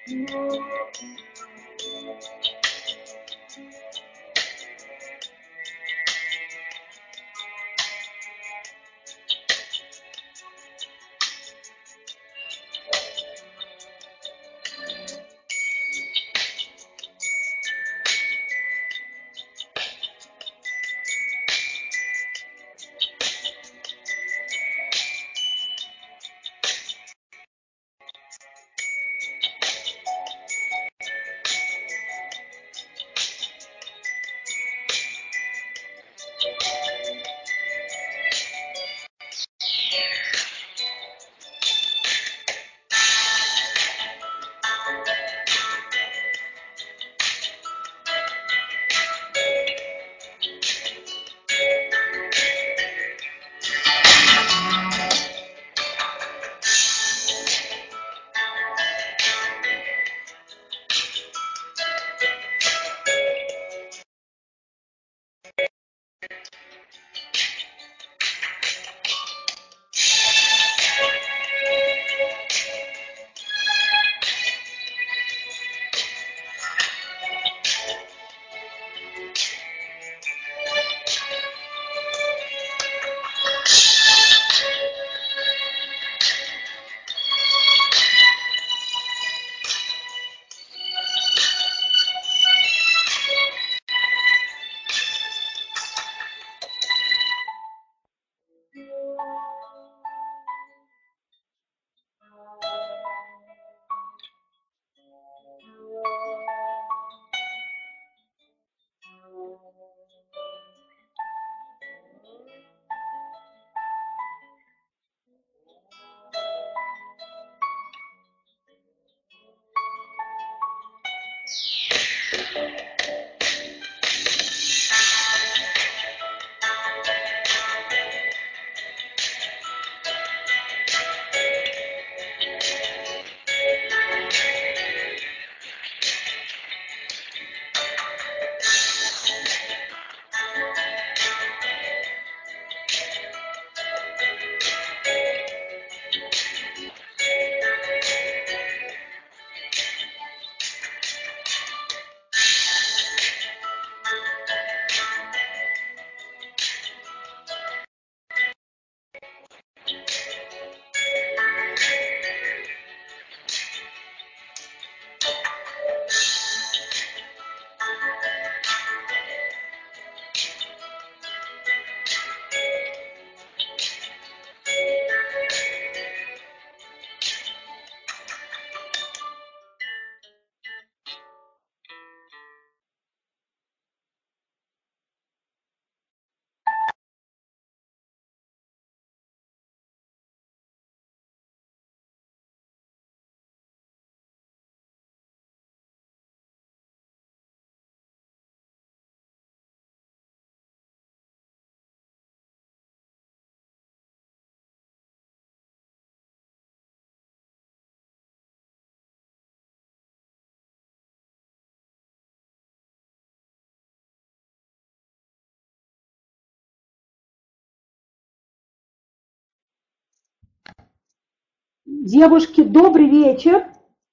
Девушки, добрый вечер.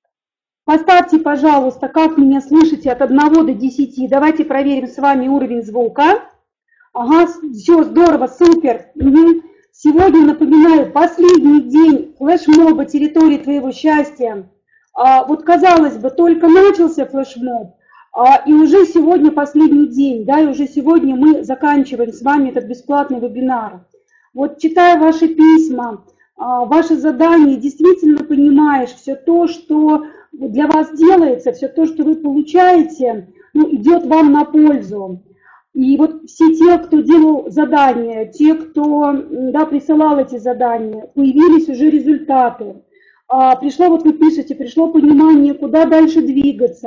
Поставьте, пожалуйста, как меня слышите от 1 до 10. Давайте проверим с вами уровень звука. Ага, все, здорово, супер. Угу. Сегодня, напоминаю, последний день флешмоба «Территории твоего счастья». Вот, казалось бы, только начался флешмоб, и уже сегодня последний день, да, и уже сегодня мы заканчиваем с вами этот бесплатный вебинар. Вот, читая ваши письма, ваши задания, действительно понимаешь, все то, что для вас делается, все то, что вы получаете, ну, идет вам на пользу. И вот все те, кто делал задания, те, кто, да, присылал эти задания, появились уже результаты. Пришло, вот вы пишете, пришло понимание, куда дальше двигаться,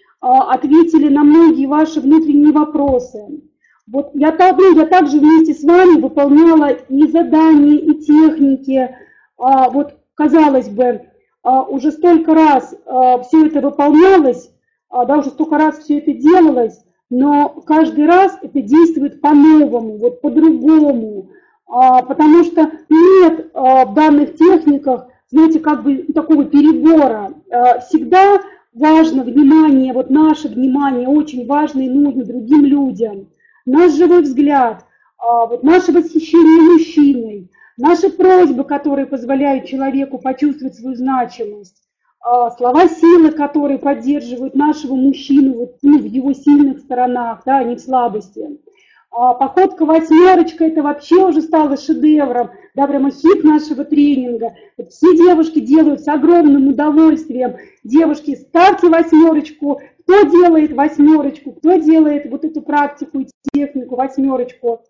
ответили на многие ваши внутренние вопросы. Вот я также вместе с вами выполняла и задания, и техники. Вот, казалось бы, уже столько раз все это выполнялось, да, уже столько раз все это делалось, но каждый раз это действует по-новому, вот по-другому, потому что нет в данных техниках знаете, как бы такого перебора. Всегда важно внимание, вот наше внимание очень важно и нужно другим людям. Наш живой взгляд, вот наше восхищение мужчиной, наши просьбы, которые позволяют человеку почувствовать свою значимость, слова силы, которые поддерживают нашего мужчину вот, ну, в его сильных сторонах, да, а не в слабости. Походка восьмерочка, это вообще уже стало шедевром, да, прямо хит нашего тренинга. Вот все девушки делают с огромным удовольствием. Девушки, ставьте восьмерочку. Кто делает восьмерочку? Кто делает вот эту практику и технику восьмерочку?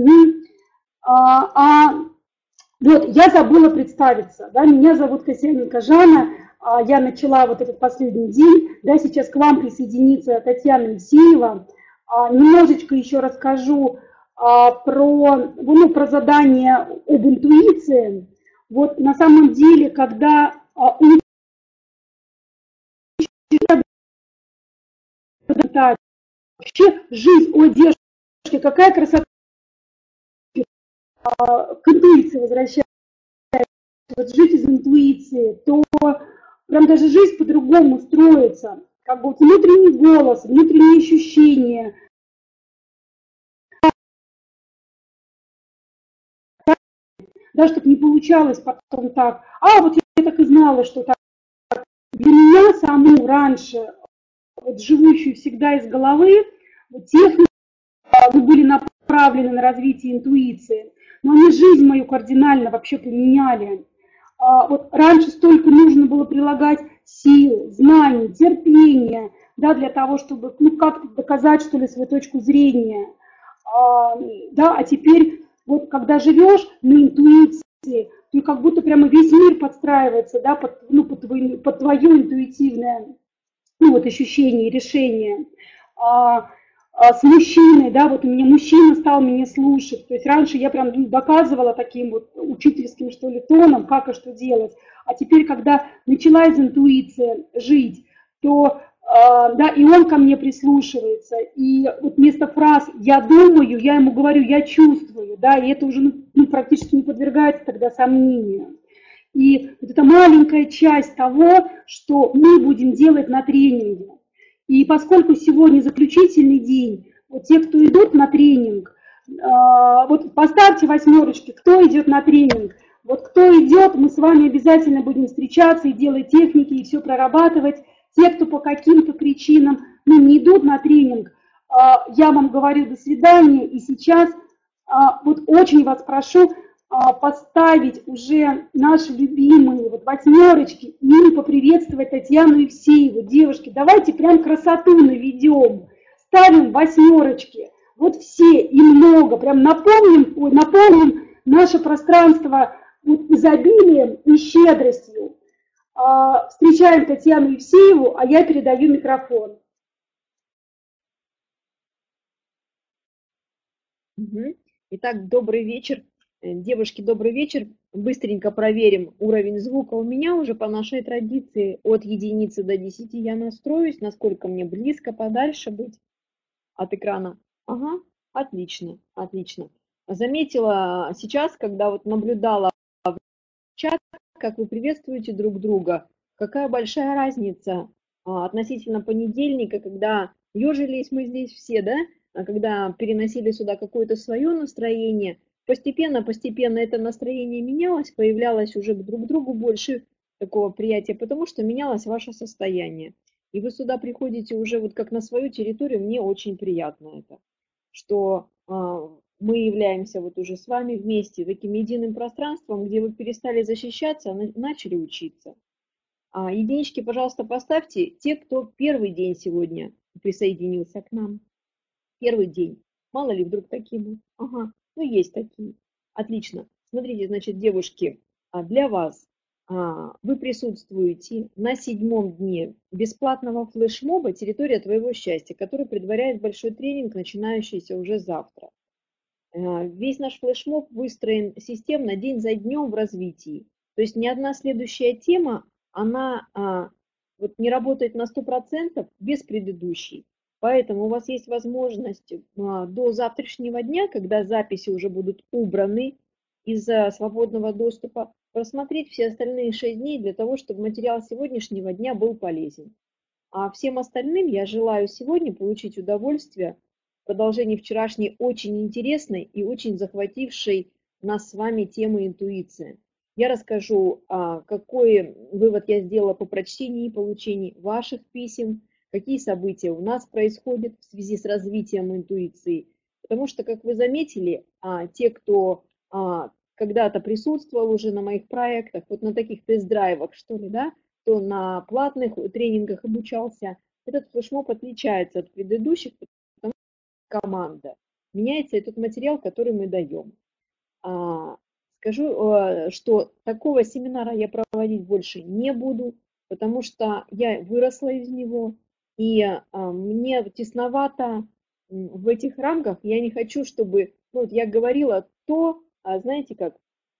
Вот, я забыла представиться, да, меня зовут Косельникова Жанна, я начала вот этот последний день, да, сейчас к вам присоединится Татьяна Алексеева. Немножечко еще расскажу про задание об интуиции. Вот на самом деле, когда вообще жизнь, ой, девушки, какая красота, к интуиции возвращается, вот жить из интуиции, то прям даже жизнь по-другому строится. Как бы вот внутренний голос, внутренние ощущения, да, чтобы не получалось потом так. Вот я так и знала, что так. Для меня саму раньше, вот живущую всегда из головы, вот техники были направлены на развитие интуиции, но они жизнь мою кардинально вообще поменяли. Вот раньше столько нужно было прилагать сил, знаний, терпения, да, для того, чтобы ну, как-то доказать, что ли, свою точку зрения. Да, а теперь, вот когда живешь на интуиции, то как будто прямо весь мир подстраивается, да, под твое интуитивное ну, вот, ощущение, решение. С мужчиной, да, вот у меня мужчина стал меня слушать, то есть раньше я прям доказывала таким вот учительским, что ли, тоном, как и что делать, а теперь, когда начала из интуиции жить, то, да, и он ко мне прислушивается, и вот вместо фраз «я думаю», я ему говорю «я чувствую», да, и это уже ну, практически не подвергается тогда сомнению. И вот это маленькая часть того, что мы будем делать на тренинге. И поскольку сегодня заключительный день, вот те, кто идут на тренинг, вот поставьте восьмерочки, кто идет на тренинг. Вот кто идет, мы с вами обязательно будем встречаться и делать техники, и все прорабатывать. Те, кто по каким-то причинам не идут на тренинг, я вам говорю до свидания. И сейчас вот очень вас прошу поставить уже наши любимые вот восьмерочки и поприветствовать Татьяну Евсееву. Девушки, давайте прям красоту наведем. Ставим восьмерочки. Вот все и много. Прям наполним наше пространство вот изобилием и щедростью. Встречаем Татьяну Евсееву, а я передаю микрофон. Итак, добрый вечер. Девушки, добрый вечер. Быстренько проверим уровень звука. У меня уже по нашей традиции от единицы до 10 я настроюсь, насколько мне близко, подальше быть от экрана. Ага, отлично, отлично. Заметила сейчас, когда вот наблюдала в чат, как вы приветствуете друг друга, какая большая разница относительно понедельника, когда ежились мы здесь все, да, когда переносили сюда какое-то свое настроение, постепенно это настроение менялось, появлялось уже друг к другу больше такого приятия, потому что менялось ваше состояние. И вы сюда приходите уже вот как на свою территорию, мне очень приятно это, что мы являемся вот уже с вами вместе таким единым пространством, где вы перестали защищаться, а начали учиться. Единички, пожалуйста, поставьте те, кто первый день сегодня присоединился к нам. Первый день. Мало ли вдруг такие будут. Ага, ну есть такие. Отлично. Смотрите, значит, девушки, для вас вы присутствуете на 7-м дне бесплатного флешмоба «Территория твоего счастья», который предваряет большой тренинг, начинающийся уже завтра. Весь наш флешмоб выстроен системно день за днем в развитии. То есть ни одна следующая тема, она вот не работает на 100% без предыдущей. Поэтому у вас есть возможность до завтрашнего дня, когда записи уже будут убраны, из свободного доступа, просмотреть все остальные 6 дней для того, чтобы материал сегодняшнего дня был полезен. А всем остальным я желаю сегодня получить удовольствие в продолжении вчерашней очень интересной и очень захватившей нас с вами темы интуиции. Я расскажу, какой вывод я сделала по прочтении и получении ваших писем, какие события у нас происходят в связи с развитием интуиции. Потому что, как вы заметили, те, кто когда-то присутствовал уже на моих проектах, вот на таких тест-драйвах, что ли, да, кто на платных тренингах обучался, этот флешмоб отличается от предыдущих, потому что команда. Меняется и тот материал, который мы даем. Скажу, что такого семинара я проводить больше не буду, потому что я выросла из него, и мне тесновато в этих рамках. Я не хочу, чтобы, ну, вот я говорила то, знаете как,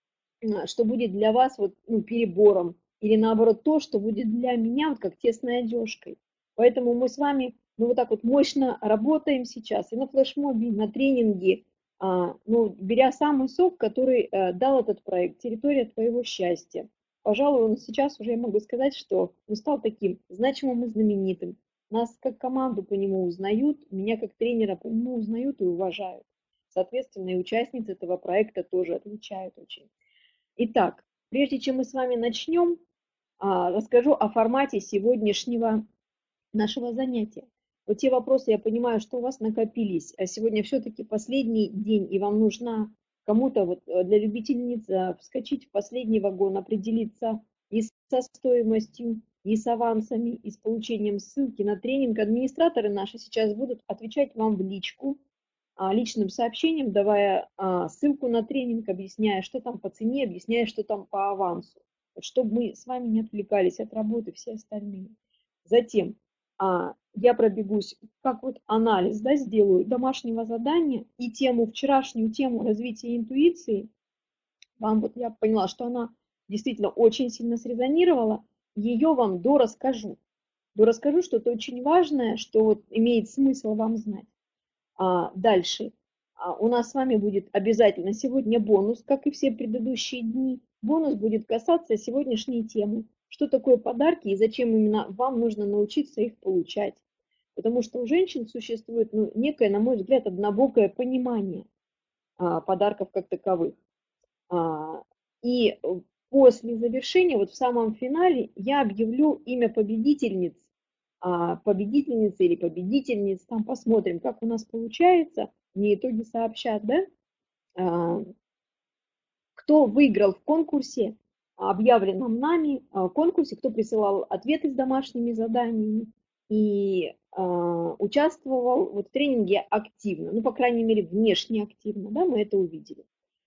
что будет для вас вот, ну, перебором, или наоборот то, что будет для меня вот как тесной одежкой. Поэтому мы с вами ну, вот так вот мощно работаем сейчас и на флешмобе, и на тренинге, ну, беря самый сок, который дал этот проект «Территория твоего счастья». Пожалуй, он сейчас уже я могу сказать, что он стал таким значимым и знаменитым. Нас как команду по нему узнают, меня как тренера по нему узнают и уважают. Соответственно, и участницы этого проекта тоже отвечают очень. Итак, прежде чем мы с вами начнем, расскажу о формате сегодняшнего нашего занятия. Вот те вопросы, я понимаю, что у вас накопились, а сегодня все-таки последний день, и вам нужно кому-то вот для любительниц вскочить в последний вагон, определиться и со стоимостью, и с авансами, и с получением ссылки на тренинг. Администраторы наши сейчас будут отвечать вам в личку, личным сообщением, давая ссылку на тренинг, объясняя, что там по цене, объясняя, что там по авансу, чтобы мы с вами не отвлекались от работы все остальные. Затем я пробегусь, как вот анализ, да, сделаю домашнего задания и тему, вчерашнюю тему развития интуиции. Вам вот я поняла, что она действительно очень сильно срезонировала, ее вам дорасскажу. Дорасскажу что-то очень важное, что вот имеет смысл вам знать. Дальше. У нас с вами будет обязательно сегодня бонус, как и все предыдущие дни. Бонус будет касаться сегодняшней темы. Что такое подарки и зачем именно вам нужно научиться их получать. Потому что у женщин существует ну, некое, на мой взгляд, однобокое понимание подарков как таковых. И после завершения, вот в самом финале, я объявлю имя победительниц, победительницы или победительниц, там посмотрим, как у нас получается, мне итоги сообщат, да, кто выиграл в конкурсе, объявленном нами конкурсе, кто присылал ответы с домашними заданиями и участвовал вот в тренинге активно, ну, по крайней мере, внешне активно, да, мы это увидели.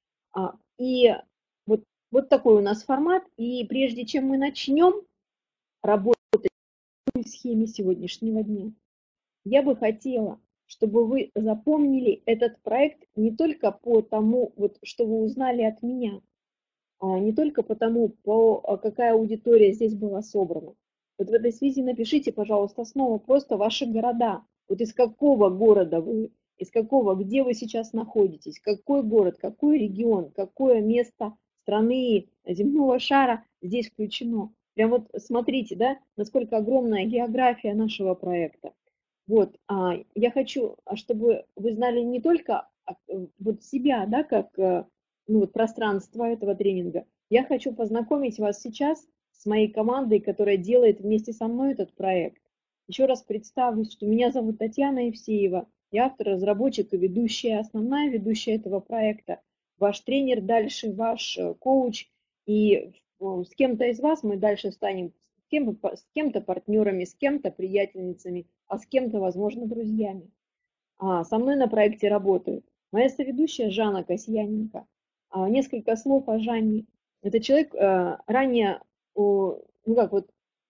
И вот такой у нас формат, и прежде чем мы начнем работать по схеме сегодняшнего дня, я бы хотела, чтобы вы запомнили этот проект не только по тому, вот, что вы узнали от меня, не только по тому, какая аудитория здесь была собрана. Вот в этой связи напишите, пожалуйста, снова просто ваши города. Вот из какого города вы, из какого, где вы сейчас находитесь, какой город, какой регион, какое место страны, земного шара здесь включено. Прям вот смотрите, да, насколько огромная география нашего проекта. Вот, я хочу, чтобы вы знали не только вот себя, да, как ну, вот пространство этого тренинга. Я хочу познакомить вас сейчас с моей командой, которая делает вместе со мной этот проект. Еще раз представлюсь, что меня зовут Татьяна Евсеева. Я автор, разработчик и ведущая, основная ведущая этого проекта. Ваш тренер дальше, ваш коуч. И с кем-то из вас мы дальше станем с кем-то партнерами, с кем-то приятельницами, а с кем-то, возможно, друзьями. Со мной на проекте работают моя соведущая Жанна Касьяненко. Несколько слов о Жанне. Это человек ранее, ну как вот,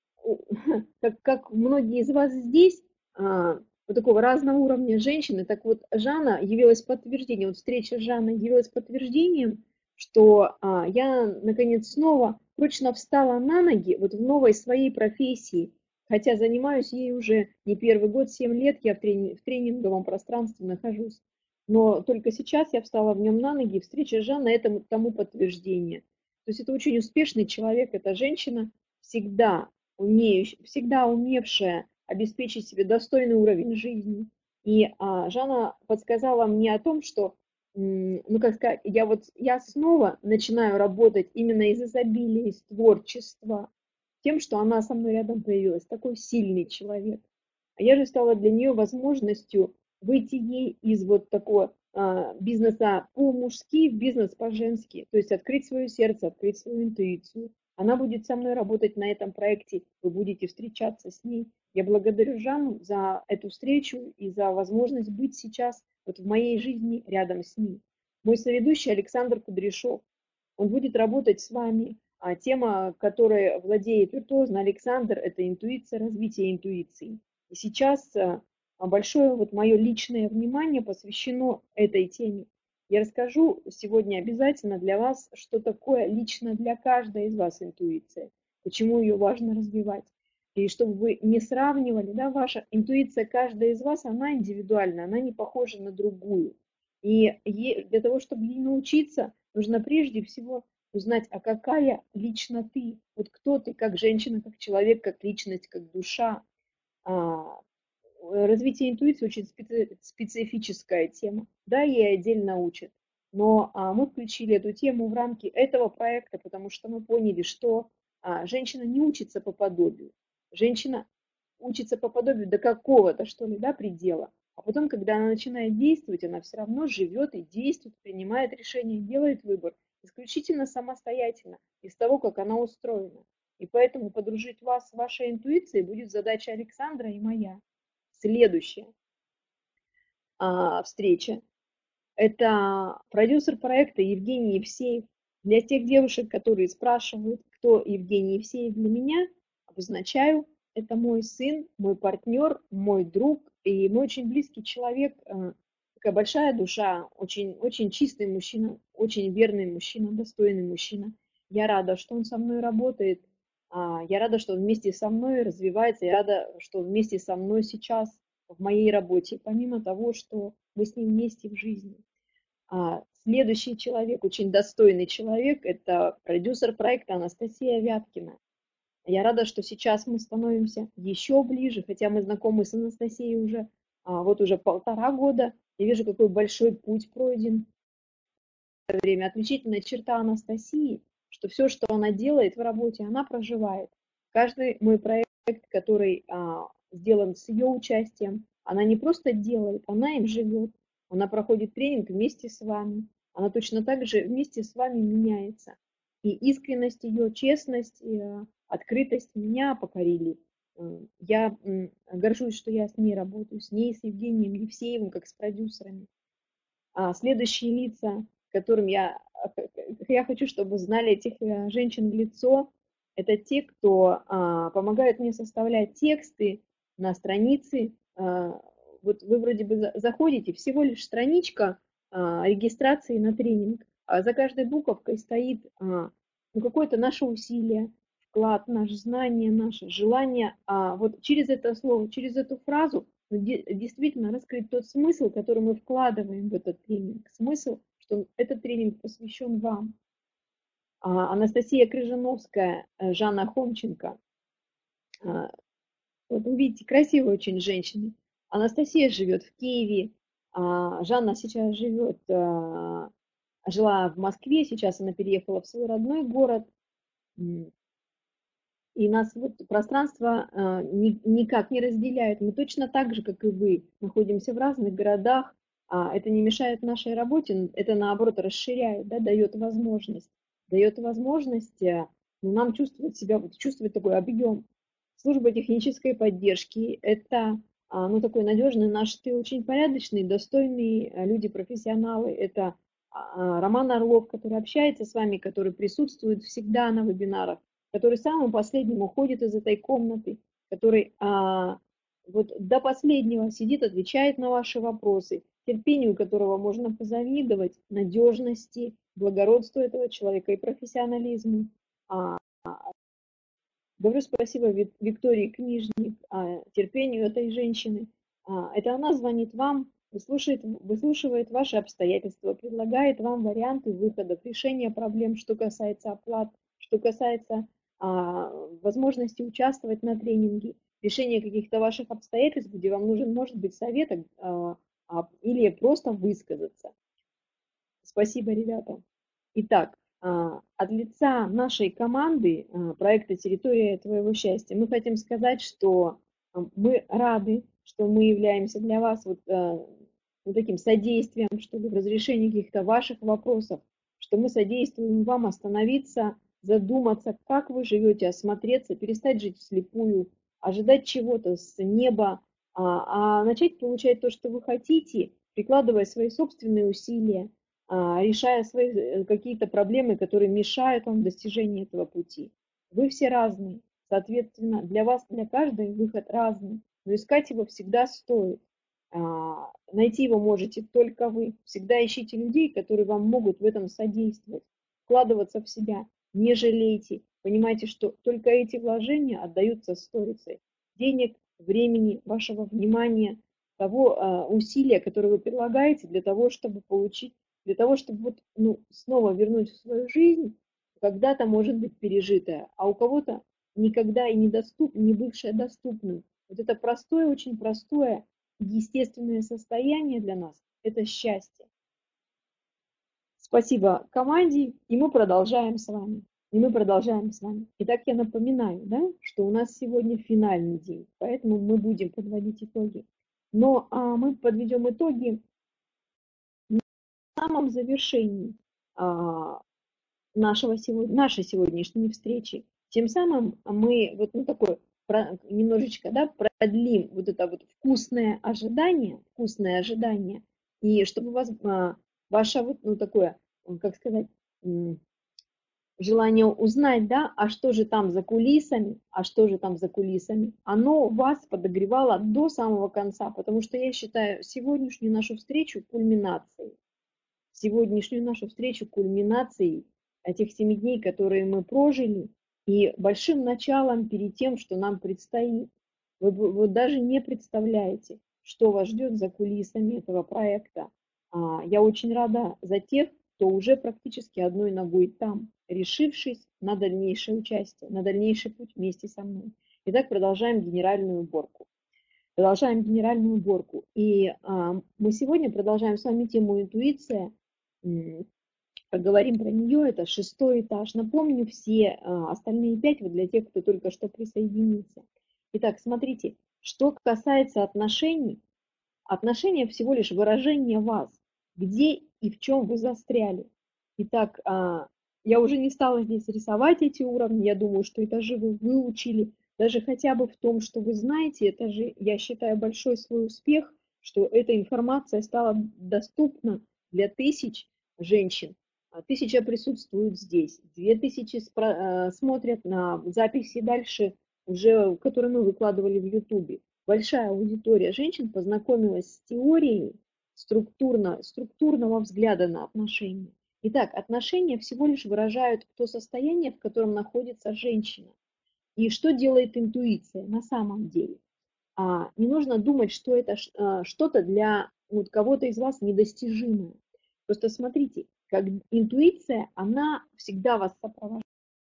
как многие из вас здесь, вот такого разного уровня женщины, так вот Жанна явилась подтверждением, вот встреча с Жанной явилась подтверждением, что я наконец снова прочно встала на ноги вот в новой своей профессии, хотя занимаюсь ей уже не первый год, 7 лет я в тренинговом пространстве нахожусь. Но только сейчас я встала в нем на ноги, и встреча с Жанной этому тому подтверждение. То есть это очень успешный человек, это женщина, всегда умевшая обеспечить себе достойный уровень жизни. И Жанна подсказала мне о том, что, ну как сказать, я снова начинаю работать именно из изобилия, из творчества, тем, что она со мной рядом появилась, такой сильный человек. А я же стала для нее возможностью выйти ей из вот такого бизнеса по-мужски в бизнес по-женски, то есть открыть свое сердце, открыть свою интуицию. Она будет со мной работать на этом проекте, вы будете встречаться с ней. Я благодарю Жанну за эту встречу и за возможность быть сейчас вот в моей жизни рядом с ней. Мой соведущий Александр Кудряшов, он будет работать с вами. А тема, которой владеет виртуозно Александр, это интуиция, развитие интуиции. И сейчас большое вот мое личное внимание посвящено этой теме. Я расскажу сегодня обязательно для вас, что такое лично для каждой из вас интуиция, почему ее важно развивать. И чтобы вы не сравнивали, да, ваша интуиция, каждая из вас, она индивидуальна, она не похожа на другую. И для того, чтобы ей научиться, нужно прежде всего узнать, а какая лично ты, вот кто ты, как женщина, как человек, как личность, как душа. А, Развитие интуиции очень специфическая тема. Да, ей отдельно учат. Но мы включили эту тему в рамки этого проекта, потому что мы поняли, что женщина не учится по подобию. Женщина учится по подобию до какого-то, что ли, да, предела. А потом, когда она начинает действовать, она все равно живет и действует, принимает решения, делает выбор исключительно самостоятельно, из того, как она устроена. И поэтому подружить вас с вашей интуицией будет задача Александра и моя. Следующая встреча. Это продюсер проекта Евгений Евсеев. Для тех девушек, которые спрашивают, кто Евгений Евсеев для меня, обозначаю, это мой сын, мой партнер, мой друг и мой очень близкий человек, такая большая душа, очень, очень чистый мужчина, очень верный мужчина, достойный мужчина. Я рада, что он со мной работает, я рада, что он вместе со мной развивается, я рада, что он вместе со мной сейчас в моей работе, помимо того, что мы с ним вместе в жизни. Следующий человек, очень достойный человек, это продюсер проекта Анастасия Вяткина. Я рада, что сейчас мы становимся еще ближе, хотя мы знакомы с Анастасией уже вот уже 1,5 года. Я вижу, какой большой путь пройден. Время отличительная черта Анастасии, что все, что она делает в работе, она проживает. Каждый мой проект, который сделан с ее участием, она не просто делает, она им живет. Она проходит тренинг вместе с вами. Она точно так же вместе с вами меняется. И искренность ее, честность, и открытость меня покорили. Я горжусь, что я с ней работаю, с ней, с Евгением Евсеевым, как с продюсерами. Следующие лица, которым я хочу, чтобы знали этих женщин в лицо, это те, кто помогают мне составлять тексты на странице. Вот вы вроде бы заходите, всего лишь страничка регистрации на тренинг, а за каждой буковкой стоит какое-то наше усилие, вклад, наше знание, наше желание. Вот через это слово, через эту фразу действительно раскрыть тот смысл, который мы вкладываем в этот тренинг. Смысл, что этот тренинг посвящен вам. Анастасия Крыжановская, Жанна Хомченко. Вот вы видите, красивые очень женщины. Анастасия живет в Киеве, Жанна сейчас жила в Москве, сейчас она переехала в свой родной город. И нас вот пространство никак не разделяет. Мы точно так же, как и вы, находимся в разных городах. Это не мешает нашей работе, это наоборот расширяет, да, дает возможность. Дает возможность нам чувствовать себя, чувствовать такой объем. Служба технической поддержки – это ну, такой надежный наш тыл, очень порядочный, достойные люди, профессионалы. Это Роман Орлов, который общается с вами, который присутствует всегда на вебинарах, который самым последним уходит из этой комнаты, который вот до последнего сидит, отвечает на ваши вопросы, терпению которого можно позавидовать, надежности, благородству этого человека и профессионализму. Говорю спасибо Виктории Книжник, терпению этой женщины. Это она звонит вам выслушивает ваши обстоятельства, предлагает вам варианты выходов, решения проблем, что касается оплат, что касается возможности участвовать на тренинге, решения каких-то ваших обстоятельств, где вам нужен, может быть, совет или просто высказаться. Спасибо, ребята. Итак, от лица нашей команды проекта «Территория твоего счастья» мы хотим сказать, что мы рады, что мы являемся для вас вот таким содействием, что ли, в разрешении каких-то ваших вопросов, что мы содействуем вам остановиться, задуматься, как вы живете, осмотреться, перестать жить вслепую, ожидать чего-то с неба, а начать получать то, что вы хотите, прикладывая свои собственные усилия, решая свои какие-то проблемы, которые мешают вам в достижении этого пути. Вы все разные, соответственно, для вас, для каждой выход разный, но искать его всегда стоит. Найти его можете только вы. Всегда ищите людей, которые вам могут в этом содействовать, вкладываться в себя, не жалейте. Понимайте, что только эти вложения отдаются сторицей. Денег, времени, вашего внимания, того усилия, которое вы предлагаете для того, чтобы получить, для того, чтобы снова вернуть в свою жизнь, когда-то может быть пережитое, а у кого-то никогда и не бывшее доступным. Вот это простое, очень простое, естественное состояние для нас – это счастье. Спасибо команде, и мы продолжаем с вами. Итак, я напоминаю, да, что у нас сегодня финальный день, поэтому мы будем подводить итоги. Но мы подведем итоги на самом завершении нашей сегодняшней встречи. Тем самым мы немножечко, да, продлим вот это вот вкусное ожидание, и чтобы у вас ваше такое, как сказать, желание узнать, да, а что же там за кулисами, оно вас подогревало до самого конца, потому что я считаю сегодняшнюю нашу встречу кульминацией этих 7 дней, которые мы прожили, и большим началом перед тем, что нам предстоит. Вы даже не представляете, что вас ждет за кулисами этого проекта. Я очень рада за тех, кто уже практически одной ногой там, решившись на дальнейшее участие, на дальнейший путь вместе со мной. Итак, продолжаем генеральную уборку. И мы сегодня продолжаем с вами тему интуиция. Поговорим про нее, это 6-й этаж. Напомню все остальные 5 вот для тех, кто только что присоединился. Итак, смотрите, что касается отношений, отношения всего лишь выражение вас, где и в чем вы застряли. Итак, я уже не стала здесь рисовать эти уровни, я думаю, что этажи вы выучили, даже хотя бы в том, что вы знаете этажи, я считаю большой свой успех, что эта информация стала доступна для тысяч женщин. 1000 присутствуют здесь, 2000 смотрят на записи дальше, уже, которые мы выкладывали в YouTube. Большая аудитория женщин познакомилась с теорией структурного взгляда на отношения. Итак, отношения всего лишь выражают то состояние, в котором находится женщина. И что делает интуиция на самом деле? Не нужно думать, что это что-то для кого-то из вас недостижимое. Просто смотрите, как интуиция, она всегда вас сопровождает.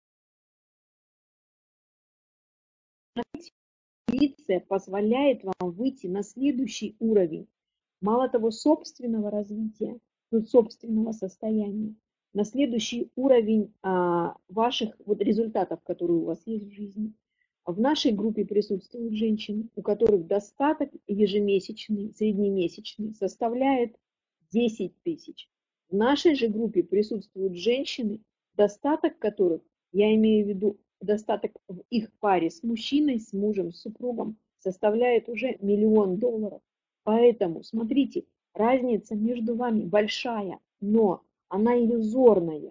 Интуиция позволяет вам выйти на следующий уровень. Мало того, собственного развития, собственного состояния, на следующий уровень ваших результатов, которые у вас есть в жизни. В нашей группе присутствуют женщины, у которых достаток ежемесячный, среднемесячный составляет 10 тысяч. В нашей же группе присутствуют женщины, достаток которых, я имею в виду достаток в их паре с мужчиной, с мужем, с супругом, составляет уже $1 миллион. Поэтому, смотрите, разница между вами большая, но она иллюзорная.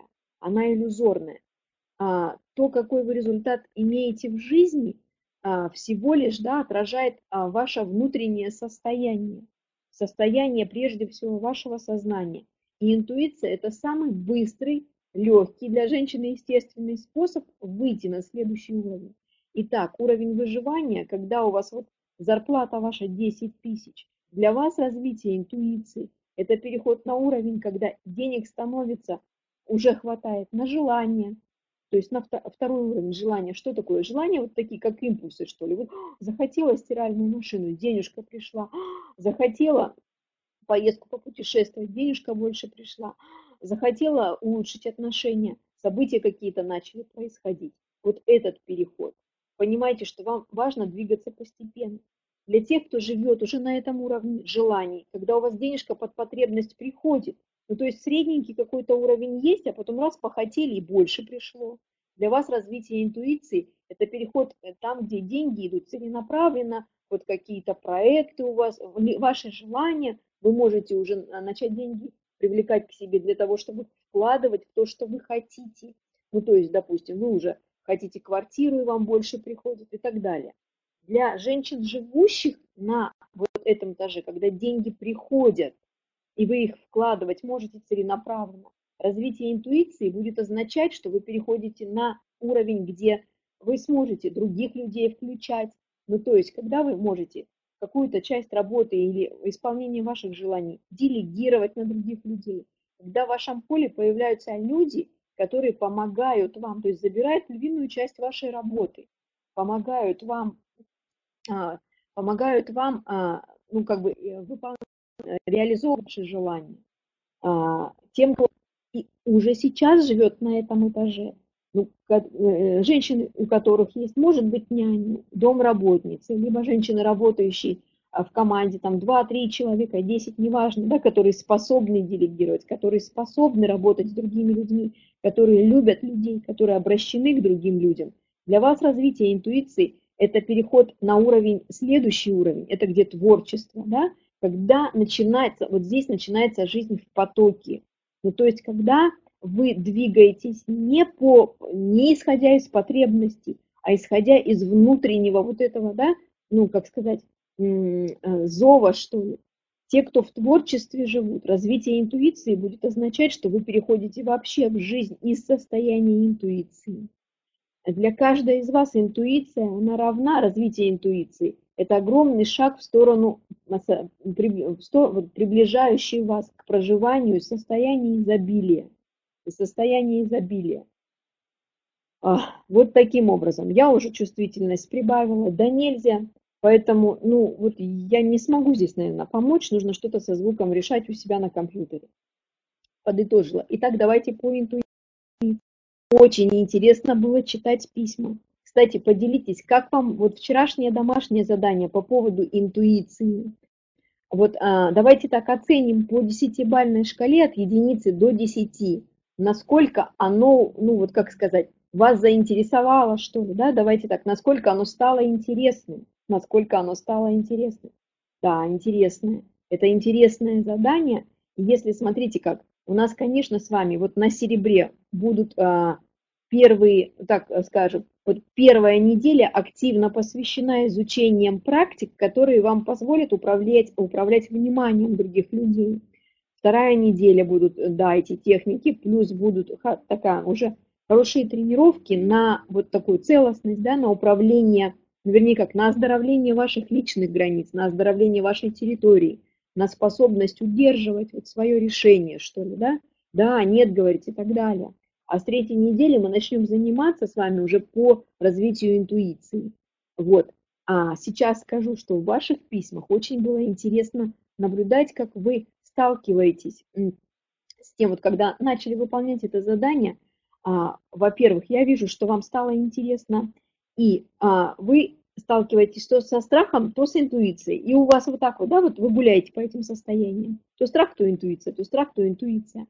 То, какой вы результат имеете в жизни, всего лишь отражает ваше внутреннее состояние. Состояние, прежде всего, вашего сознания. И интуиция – это самый быстрый, легкий для женщины естественный способ выйти на следующий уровень. Итак, уровень выживания, когда у вас зарплата ваша 10 тысяч, Для вас развитие интуиции– это переход на уровень, когда денег становится, уже хватает на желание, то есть на второй уровень желания. Что такое желание? Вот такие, как импульсы, что ли. Вот захотела стиральную машину, денежка пришла. Захотела поездку попутешествовать, денежка больше пришла. Захотела улучшить отношения, события какие-то начали происходить. Вот этот переход. Понимаете, что вам важно двигаться постепенно. Для тех, кто живет уже на этом уровне желаний, когда у вас денежка под потребность приходит, ну то есть средненький какой-то уровень есть, а потом раз похотели и больше пришло. Для вас развитие интуиции– это переход там, где деньги идут целенаправленно, вот какие-то проекты у вас, ваши желания, вы можете уже начать деньги привлекать к себе для того, чтобы вкладывать в то, что вы хотите. Ну, то есть, допустим, вы уже хотите квартиру, и вам больше приходит и так далее. Для женщин, живущих на вот этом этаже, когда деньги приходят, и вы их вкладывать можете целенаправленно, развитие интуиции будет означать, что вы переходите на уровень, где вы сможете других людей включать. Ну, то есть, когда вы можете какую-то часть работы или исполнения ваших желаний делегировать на других людей, когда в вашем поле появляются люди, которые помогают вам, то есть забирают львиную часть вашей работы, помогают вам, а, помогают вам ну, как бы, реализовывать ваши желания. Тем, кто уже сейчас живет на этом этаже, ну, женщины, у которых есть, может быть, няня, домработницы, либо женщины, работающие в команде, там 2-3 человека, 10, неважно, да, которые способны делегировать, которые способны работать с другими людьми, которые любят людей, которые обращены к другим людям. Для вас развитие интуиции– это переход на уровень, следующий уровень, это где творчество, да, когда начинается, вот здесь начинается жизнь в потоке. Ну, то есть, когда вы двигаетесь не исходя из потребностей, а исходя из внутреннего вот этого, да, ну, как сказать, зова, что ли. Те, кто в творчестве живут, развитие интуиции будет означать, что вы переходите вообще в жизнь из состояния интуиции. Для каждой из вас интуиция, она равна развитию интуиции. Это огромный шаг в сторону, приближающий вас к проживанию состояния изобилия. Состояние изобилия. Вот таким образом. Я уже чувствительность прибавила, да нельзя. Поэтому, ну, вот я не смогу здесь, наверное, помочь. Нужно что-то со звуком решать у себя на компьютере. Подытожила. Итак, давайте по интуиции. Очень интересно было читать письма. Кстати, поделитесь, как вам вот вчерашнее домашнее задание по поводу интуиции. Вот давайте так оценим по 10-бальной шкале от единицы до 10, насколько оно, ну вот как сказать, вас заинтересовало, что ли, да? Давайте так, насколько оно стало интересным, насколько оно стало интересным. Да, интересное. Это интересное задание. Если смотрите как, у нас, конечно, с вами вот на серебре будут первые, так скажем, вот первая неделя активно посвящена изучением практик, которые вам позволят управлять вниманием других людей. Вторая неделя будут, да, эти техники, плюс будут такая уже хорошие тренировки на вот такую целостность, да, на управление, вернее как, на оздоровление ваших личных границ, на оздоровление вашей территории, на способность удерживать вот свое решение, что ли, да, нет, говорить и так далее. А с третьей недели мы начнем заниматься с вами уже по развитию интуиции. Вот. А сейчас скажу, что в ваших письмах очень было интересно наблюдать, как вы сталкиваетесь с тем, вот когда начали выполнять это задание. Во-первых, я вижу, что вам стало интересно, и вы сталкиваетесь то со страхом, то с интуицией. И у вас вот так вот, да, вот вы гуляете по этим состояниям. То страх, то интуиция, то страх, то интуиция.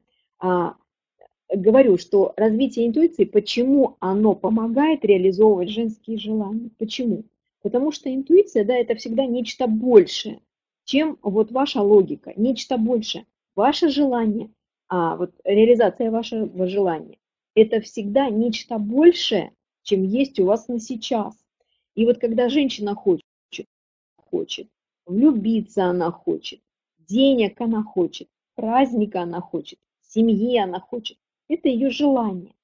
Говорю, что развитие интуиции, почему оно помогает реализовывать женские желания? Почему? Потому что интуиция, да, это всегда нечто большее, чем вот ваша логика, нечто большее. Ваше желание, вот реализация вашего желания, это всегда нечто большее, чем есть у вас на сейчас. И вот когда женщина хочет, влюбиться она хочет, денег она хочет, праздника она хочет, семьи она хочет, это ее желание.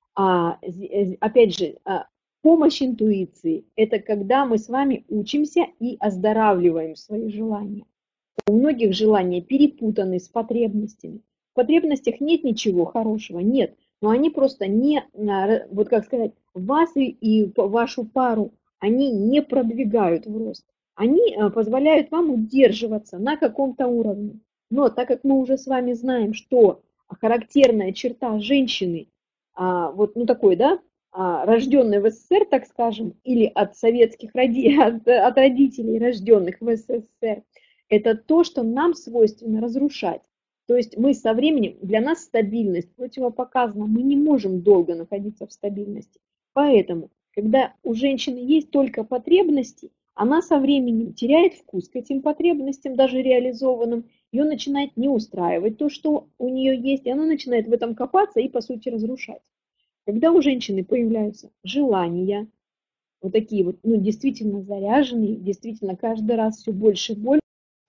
Опять же, помощь интуиции– это когда мы с вами учимся и оздоравливаем свои желания. У многих желания перепутаны с потребностями. В потребностях нет ничего хорошего, нет, но они просто не, вот как сказать, вас и вашу пару, они не продвигают в рост. Они позволяют вам удерживаться на каком-то уровне. Но так как мы уже с вами знаем, что характерная черта женщины, вот ну такой, да, рожденной в СССР, так скажем, или от советских от родителей, рожденных в СССР, это то, что нам свойственно разрушать. То есть мы со временем, для нас стабильность противопоказана, мы не можем долго находиться в стабильности. Поэтому, когда у женщины есть только потребности, она со временем теряет вкус к этим потребностям, даже реализованным, ее начинает не устраивать то, что у нее есть, и она начинает в этом копаться и, по сути, разрушать. Когда у женщины появляются желания, вот такие вот, ну, действительно заряженные, действительно каждый раз все больше и больше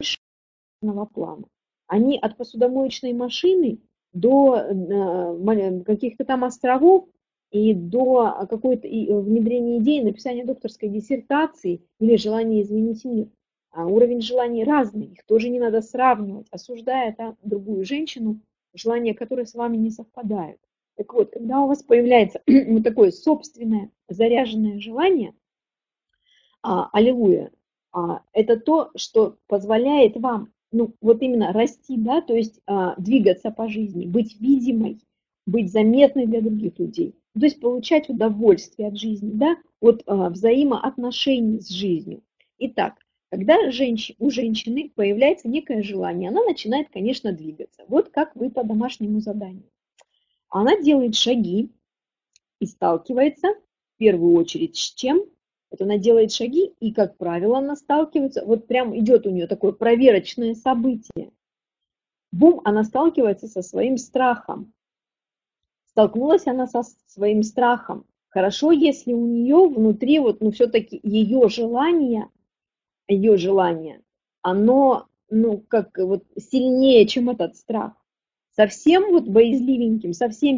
плана. Они от посудомоечной машины до каких-то там островов и до какой-то внедрения идеи, написания докторской диссертации или желания изменить мир. А уровень желаний разный, их тоже не надо сравнивать, осуждая другую женщину, желания которой с вами не совпадают. Так вот, когда у вас появляется вот такое собственное заряженное желание, аллилуйя, это то, что позволяет вам, ну, вот именно расти, да, то есть двигаться по жизни, быть видимой, быть заметной для других людей, то есть получать удовольствие от жизни, да, от взаимоотношений с жизнью. Итак, когда у женщины появляется некое желание, она начинает, конечно, двигаться. Вот как вы по домашнему заданию. Она делает шаги и сталкивается в первую очередь с чем? Вот она делает шаги, и, как правило, она сталкивается, вот прям идет у нее такое проверочное событие. Бум, она сталкивается со своим страхом. Столкнулась она со своим страхом. Хорошо, если у нее внутри, вот, ну, все-таки ее желание, оно, ну, как вот сильнее, чем этот страх. Совсем вот боязливеньким,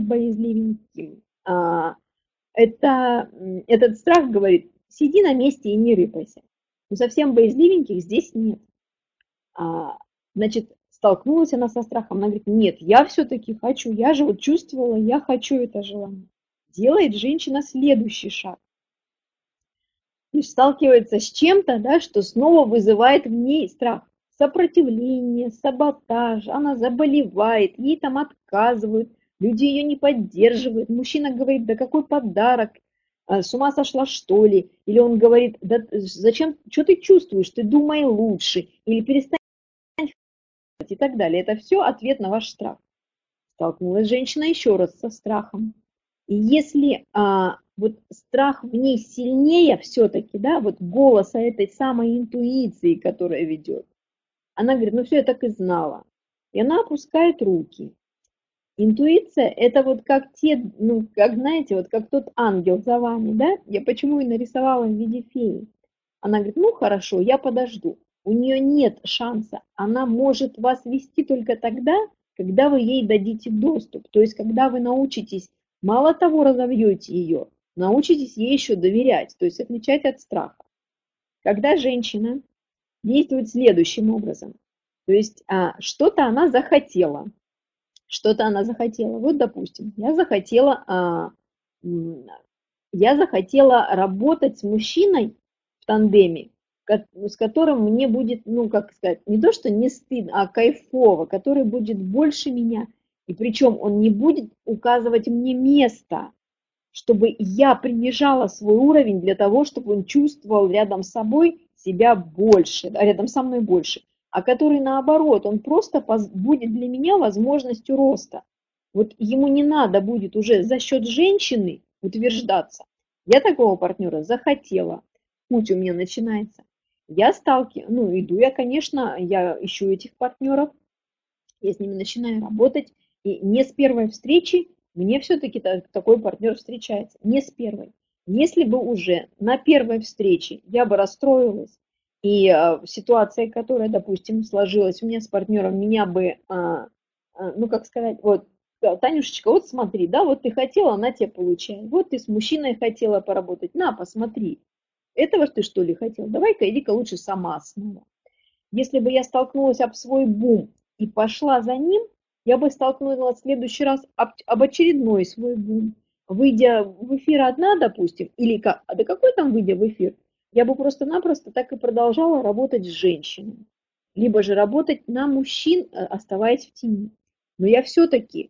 этот страх говорит, сиди на месте и не рыпайся. Но совсем боязливеньких здесь нет. Значит, столкнулась она со страхом, она говорит, нет, я все-таки хочу, я же вот чувствовала, я хочу это желание. Делает женщина следующий шаг. То есть сталкивается с чем-то, да, что снова вызывает в ней страх. Сопротивление, саботаж, она заболевает, ей там отказывают, люди ее не поддерживают. Мужчина говорит, да какой подарок, с ума сошла что ли? Или он говорит, да зачем, что ты чувствуешь, ты думай лучше, или перестань и так далее. Это все ответ на ваш страх. Столкнулась женщина еще раз со страхом. И если вот страх в ней сильнее все-таки, да, вот голоса этой самой интуиции, которая ведет, она говорит, ну все, я так и знала. И она опускает руки. Интуиция – это вот как те, ну, как, знаете, вот как тот ангел за вами, да? Я почему и нарисовала в виде феи. Она говорит, ну хорошо, я подожду. У нее нет шанса. Она может вас вести только тогда, когда вы ей дадите доступ. То есть, когда вы научитесь, мало того, разовьете ее, научитесь ей еще доверять, то есть отличать от страха. Когда женщина действует следующим образом, то есть что-то она захотела, Вот, допустим, я захотела работать с мужчиной в тандеме, с которым мне будет, ну, как сказать, не то, что не стыдно, а кайфово, который будет больше меня. И причем он не будет указывать мне место, чтобы я принижала свой уровень для того, чтобы он чувствовал рядом с собой себя больше, да, рядом со мной больше, а который наоборот, он просто будет для меня возможностью роста. Вот ему не надо будет уже за счет женщины утверждаться. Я такого партнера захотела, путь у меня начинается. Я иду я, конечно, я ищу этих партнеров, я с ними начинаю работать, и не с первой встречи мне все-таки такой партнер встречается, не с первой. Если бы уже на первой встрече я бы расстроилась, и ситуация, которая, допустим, сложилась у меня с партнером, меня бы, ну, как сказать, вот, Танюшечка, вот смотри, да, вот ты хотела, она тебе получает. Вот ты с мужчиной хотела поработать, на, посмотри. Этого ты что ли хотела? Давай-ка иди-ка лучше сама снова. Если бы я столкнулась об свой бум и пошла за ним, я бы столкнулась в следующий раз об очередной свой бум. Выйдя в эфир одна, допустим, или как, да какой там выйдя в эфир, я бы просто-напросто так и продолжала работать с женщинами. Либо же работать на мужчин, оставаясь в тени. Но я все-таки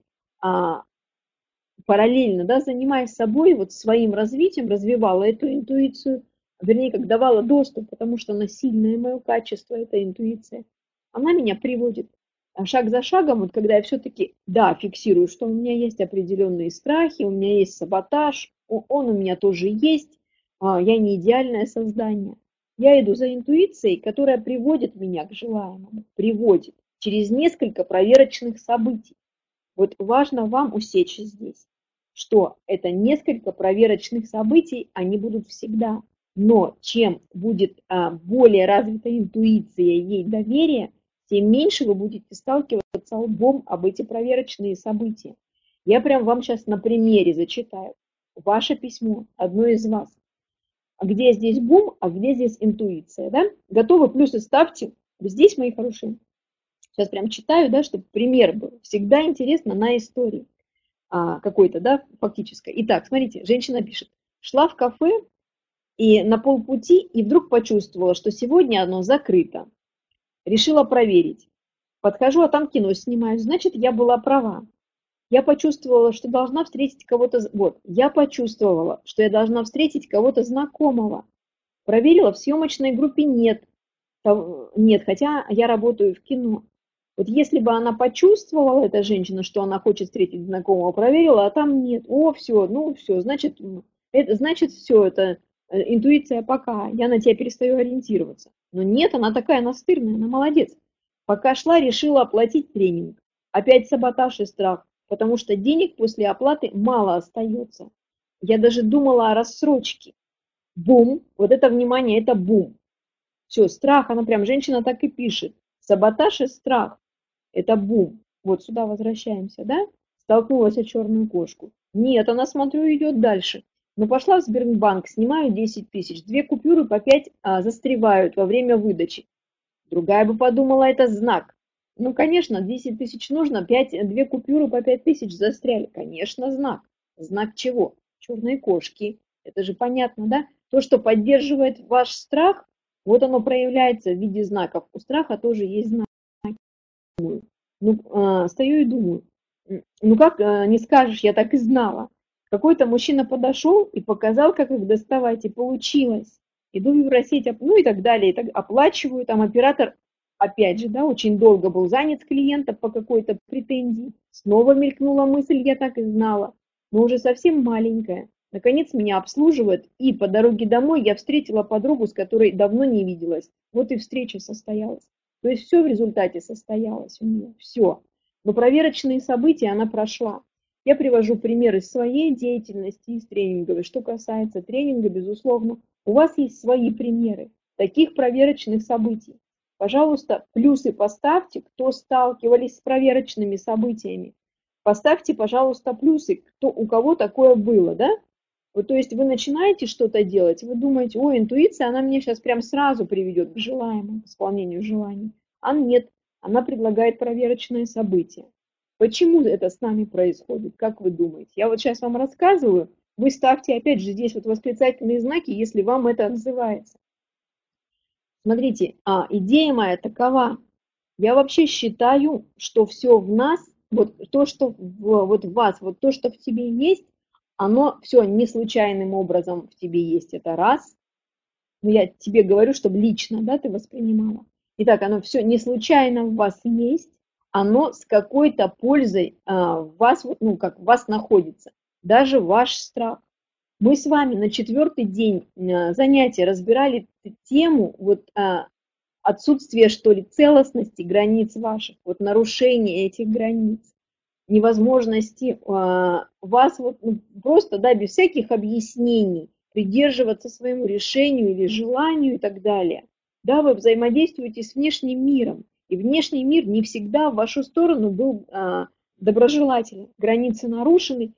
параллельно, да, занимаясь собой, вот своим развитием, развивала эту интуицию, вернее, как давала доступ, потому что она сильное мое качество, эта интуиция. Она меня приводит шаг за шагом, вот когда я все-таки, да, фиксирую, что у меня есть определенные страхи, у меня есть саботаж, он у меня тоже есть, я не идеальное создание. Я иду за интуицией, которая приводит меня к желаемому, приводит через несколько проверочных событий. Вот важно вам усечь здесь, что это несколько проверочных событий, они будут всегда. Но чем будет более развита интуиция, ей доверие, тем меньше вы будете сталкиваться лбом об эти проверочные события. Я прям вам сейчас на примере зачитаю. Ваше письмо, одно из вас. А где здесь бум, а где здесь интуиция, да? Готовы? Плюсы ставьте. Здесь, мои хорошие. Сейчас прям читаю, да, чтобы пример был. Всегда интересно на истории какой-то, да, фактической. Итак, смотрите, женщина пишет. Шла в кафе и на полпути, и вдруг почувствовала, что сегодня оно закрыто. Решила проверить. Подхожу, а там кино снимают. Значит, я была права. Я почувствовала, что должна встретить кого-то... Вот, я почувствовала, что я должна встретить кого-то знакомого. Проверила, в съемочной группе нет. Нет, хотя я работаю в кино. Вот если бы она почувствовала, эта женщина, что она хочет встретить знакомого, проверила, а там нет. О, все, ну все, значит все, это интуиция пока, я на тебя перестаю ориентироваться. Но нет, она такая настырная, она молодец. Пока шла, решила оплатить тренинг. Опять саботаж и страх, потому что денег после оплаты мало остается. Я даже думала о рассрочке. Бум, вот это внимание, это бум. Все, страх, она прям, женщина так и пишет. Саботаж и страх. Это бум. Вот сюда возвращаемся, да? Столкнулась о черную кошку. Нет, она, смотрю, идет дальше. Но пошла в Сбербанк, снимаю 10 тысяч. 2 купюры по 5 застревают во время выдачи. Другая бы подумала, это знак. Ну, конечно, 10 тысяч нужно, 2 купюры по 5 тысяч застряли. Конечно, знак. Знак чего? Черной кошки. Это же понятно, да? То, что поддерживает ваш страх, вот оно проявляется в виде знаков. У страха тоже есть знак. Ну, стою и думаю, ну как не скажешь, я так и знала. Какой-то мужчина подошел и показал, как их доставать, и получилось. Иду в Евросеть, ну и так далее, и так, оплачиваю, там оператор, опять же, да, очень долго был занят с клиентом по какой-то претензии. Снова мелькнула мысль, я так и знала, но уже совсем маленькая. Наконец меня обслуживают, и по дороге домой я встретила подругу, с которой давно не виделась. Вот и встреча состоялась. То есть все в результате состоялось у нее, все. Но проверочные события она прошла. Я привожу пример из своей деятельности, из тренинговой. Что касается тренинга, безусловно, у вас есть свои примеры таких проверочных событий. Пожалуйста, плюсы поставьте, кто сталкивались с проверочными событиями. Поставьте, пожалуйста, плюсы, кто, у кого такое было, да? Вот, то есть вы начинаете что-то делать, вы думаете, ой, интуиция, она мне сейчас прям сразу приведет к желаемому, к исполнению желаний. А нет, она предлагает проверочное событие. Почему это с нами происходит, как вы думаете? Я вот сейчас вам рассказываю, вы ставьте опять же здесь вот восклицательные знаки, если вам это отзывается. Смотрите, идея моя такова. Я вообще считаю, что все в нас, вот то, что вот в вас, вот то, что в тебе есть, оно все не случайным образом в тебе есть, это раз. Но я тебе говорю, чтобы лично, да, ты воспринимала. Итак, оно все не случайно в вас есть, оно с какой-то пользой в вас, ну, как в вас находится. Даже ваш страх. Мы с вами на 4-й день занятия разбирали тему вот отсутствия, что ли, целостности границ ваших, вот нарушение этих границ, невозможности вас вот, ну, просто, да, без всяких объяснений придерживаться своему решению или желанию и так далее. Да, вы взаимодействуете с внешним миром, и внешний мир не всегда в вашу сторону был доброжелателен. Границы нарушены,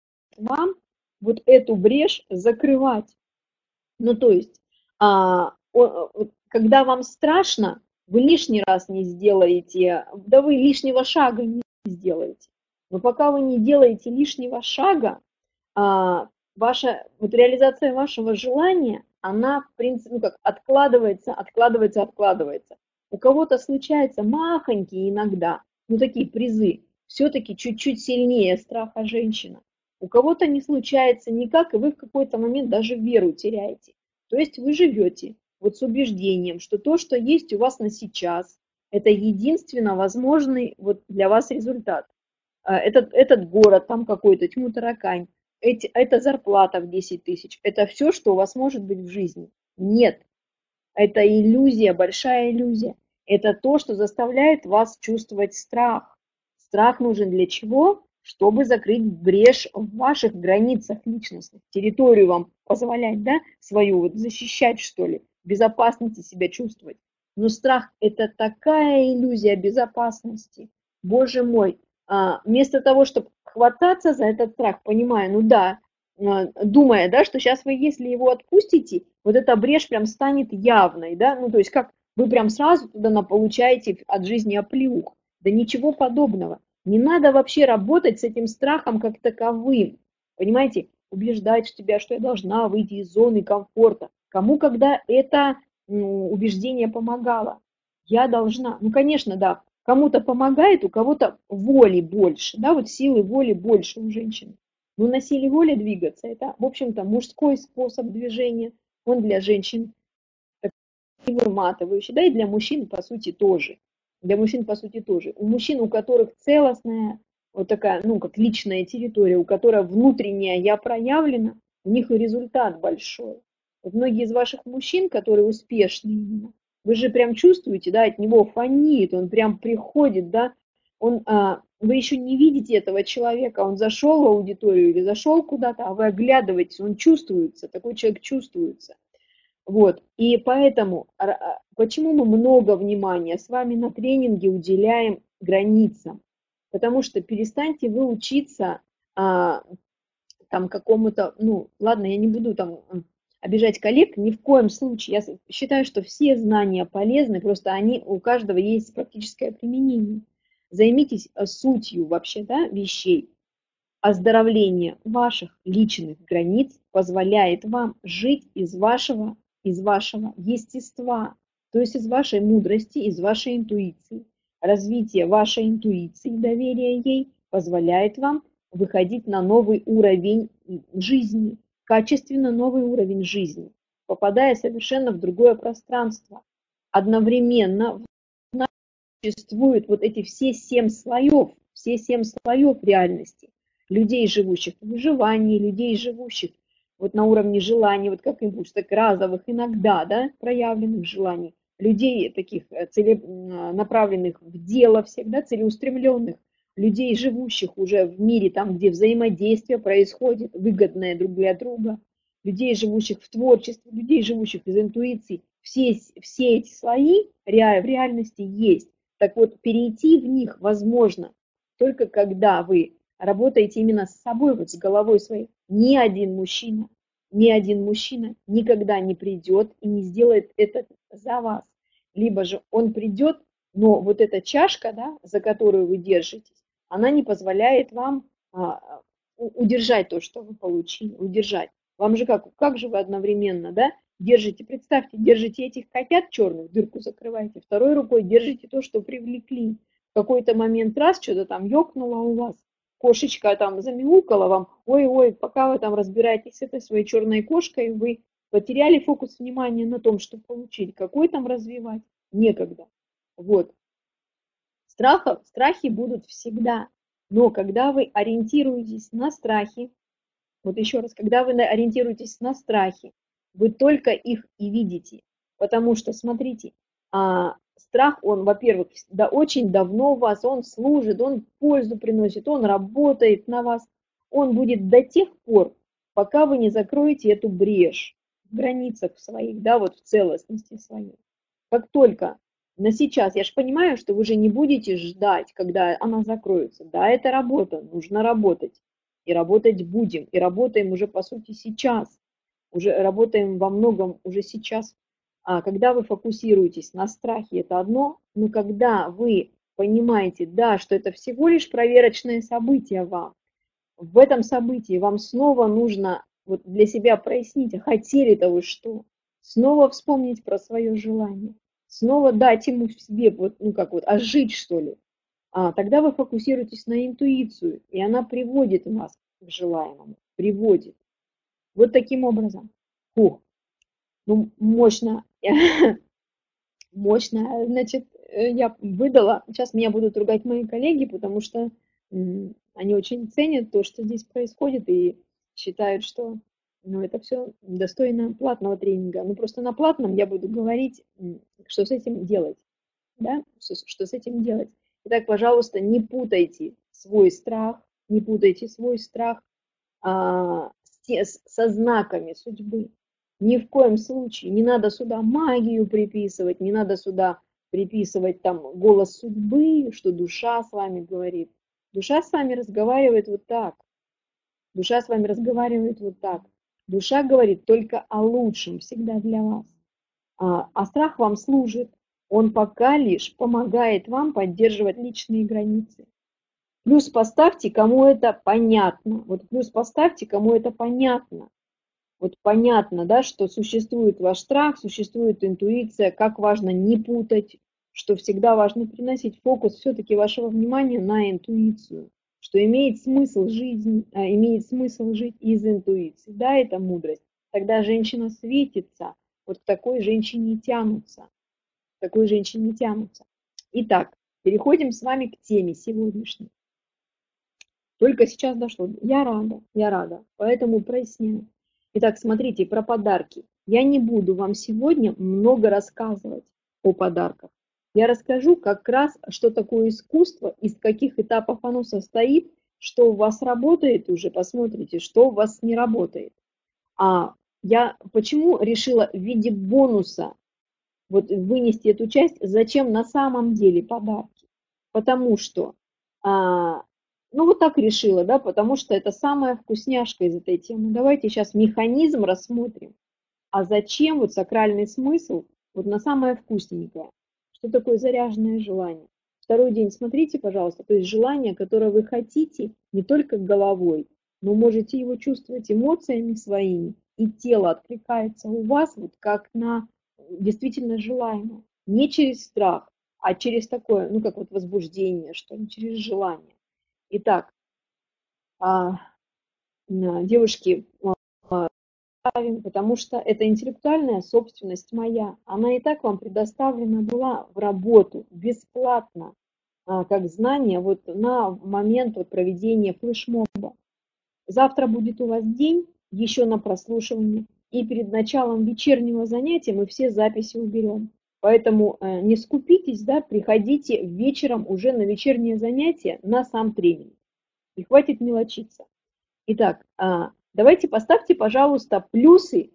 вам вот эту брешь закрывать. Ну, то есть когда вам страшно, вы лишний раз не сделаете, да вы лишнего шага не сделаете. Но пока вы не делаете лишнего шага, ваша вот реализация вашего желания, она, в принципе, ну как, откладывается, откладывается, откладывается. У кого-то случаются махонькие иногда, ну такие призы, все-таки чуть-чуть сильнее страха женщина. У кого-то не случается никак, и вы в какой-то момент даже веру теряете. То есть вы живете вот с убеждением, что то, что есть у вас на сейчас, это единственно возможный вот для вас результат. Этот город там какой-то, тьму таракань, эта зарплата в 10 тысяч, это все, что у вас может быть в жизни. Нет, это иллюзия, большая иллюзия. Это то, что заставляет вас чувствовать страх. Страх нужен для чего? Чтобы закрыть брешь в ваших границах личностных, территорию вам позволять, да, свою вот защищать, что ли, в безопасности себя чувствовать. Но страх – это такая иллюзия безопасности. Боже мой, вместо того, чтобы хвататься за этот страх, понимая, ну да, думая, да, что сейчас вы, если его отпустите, вот эта брешь прям станет явной, да, ну то есть как вы прям сразу туда получаете от жизни оплеух. Да ничего подобного. Не надо вообще работать с этим страхом как таковым. Понимаете, убеждать себя, что я должна выйти из зоны комфорта. Кому когда это убеждение помогало? Я должна. Ну, конечно, да, кому-то помогает, у кого-то воли больше, да, вот силы воли больше у женщины. Но на силе воли двигаться, это, в общем-то, мужской способ движения, он для женщин выматывающий, да, и для мужчин, по сути, тоже. Для мужчин, по сути, тоже. У мужчин, у которых целостная, вот такая, ну, как личная территория, у которой внутренняя я проявлена, у них и результат большой. Вот многие из ваших мужчин, которые успешны именно, вы же прям чувствуете, да, от него фонит, он прям приходит, да, вы еще не видите этого человека, он зашел в аудиторию или зашел куда-то, а вы оглядываетесь, он чувствуется, такой человек чувствуется. Вот, и поэтому, почему мы много внимания с вами на тренинге уделяем границам? Потому что перестаньте вы учиться там какому-то, ну, ладно, я не буду там обижать коллег, ни в коем случае. Я считаю, что все знания полезны, просто они, у каждого есть практическое применение. Займитесь сутью вообще, да, вещей. Оздоровление ваших личных границ позволяет вам жить из вашего естества, то есть из вашей мудрости, из вашей интуиции. Развитие вашей интуиции, доверие ей позволяет вам выходить на новый уровень жизни, качественно новый уровень жизни, попадая совершенно в другое пространство. Одновременно в нас существуют вот эти все 7 слоев реальности. Людей, живущих в выживании, людей, живущих вот на уровне желаний, вот как импульс, так разовых иногда, да, проявленных желаний, людей таких направленных в дело всегда, целеустремленных, людей, живущих уже в мире, там, где взаимодействие происходит, выгодное друг для друга, людей, живущих в творчестве, людей, живущих из интуиции. Все эти слои в реальности есть. Так вот, перейти в них возможно только когда вы работаете именно с собой, вот с головой своей. Ни один мужчина никогда не придет и не сделает это за вас. Либо же он придет, но вот эта чашка, да, за которую вы держитесь, она не позволяет вам удержать то, что вы получили, удержать. Вам же как же вы одновременно, да, держите, представьте, держите этих котят черных, дырку закрываете, второй рукой держите то, что привлекли. В какой-то момент раз что-то там ёкнуло у вас, кошечка там замяукала вам, ой-ой, пока вы там разбираетесь с этой своей черной кошкой, вы потеряли фокус внимания на том, что получили. Какой там развивать? Некогда. Вот. Страхи будут всегда. Но когда вы ориентируетесь на страхи, вот еще раз, когда вы ориентируетесь на страхи, вы только их и видите. Потому что, смотрите, страх, он, во-первых, да, очень давно у вас, он служит, он пользу приносит, он работает на вас. Он будет до тех пор, пока вы не закроете эту брешь в границах своих, да, вот в целостности своей. Как только на сейчас, я же понимаю, что вы же не будете ждать, когда она закроется. Да, это работа, нужно работать. И работать будем. И работаем уже, по сути, сейчас. Уже работаем во многом уже сейчас. когда вы фокусируетесь на страхе, это одно, но когда вы понимаете, да, что это всего лишь проверочное событие вам, в этом событии вам снова нужно вот для себя прояснить, а хотели-то вы что? Снова вспомнить про свое желание, снова дать ему в себе, вот, ну как вот, ожить что ли. Тогда вы фокусируетесь на интуицию, и она приводит вас к желаемому, приводит. Вот таким образом. Фух, ну мощно, мощно, значит, я выдала. Сейчас меня будут ругать мои коллеги, потому что они очень ценят то, что здесь происходит, и считают, что ну, это все достойно платного тренинга. Ну, просто на платном я буду говорить, что с этим делать. Да? Что с этим делать. Итак, пожалуйста, не путайте свой страх, не путайте свой страх со знаками судьбы. Ни в коем случае не надо сюда магию приписывать, не надо сюда приписывать там голос судьбы, что душа с вами говорит. Душа с вами разговаривает вот так. Душа с вами разговаривает вот так. Душа говорит только о лучшем всегда для вас. А страх вам служит. Он пока лишь помогает вам поддерживать личные границы. Плюс поставьте, кому это понятно. Вот плюс поставьте, кому это понятно. Вот понятно, да, что существует ваш страх, существует интуиция, как важно не путать, что всегда важно переносить фокус все-таки вашего внимания на интуицию, что имеет смысл имеет смысл жить из интуиции. Да, это мудрость. Тогда женщина светится, вот к такой женщине тянутся, к такой женщине тянутся. Итак, переходим с вами к теме сегодняшней. Только сейчас дошло. Я рада, поэтому проясняю. Итак, смотрите, про подарки. Я не буду вам сегодня много рассказывать о подарках. Я расскажу как раз, что такое искусство, из каких этапов оно состоит, что у вас работает уже, посмотрите, что у вас не работает. Я почему решила в виде бонуса вот вынести эту часть, зачем на самом деле подарки? Потому что ну, вот так решила, да, потому что это самая вкусняшка из этой темы. Давайте сейчас механизм рассмотрим. А зачем вот сакральный смысл вот на самое вкусненькое? Что такое заряженное желание? Второй день смотрите, пожалуйста, то есть желание, которое вы хотите не только головой, но можете его чувствовать эмоциями своими, и тело откликается у вас вот как на действительно желаемое. Не через страх, а через такое, ну как вот возбуждение, что ли, через желание. Итак, девушки, потому что это интеллектуальная собственность моя. Она и так вам предоставлена была в работу бесплатно, как знание вот на момент вот проведения флешмоба. Завтра будет у вас день еще на прослушивание, и перед началом вечернего занятия мы все записи уберем. Поэтому не скупитесь, да, приходите вечером уже на вечернее занятие на сам тренинг. И хватит мелочиться. Итак, давайте поставьте, пожалуйста, плюсы,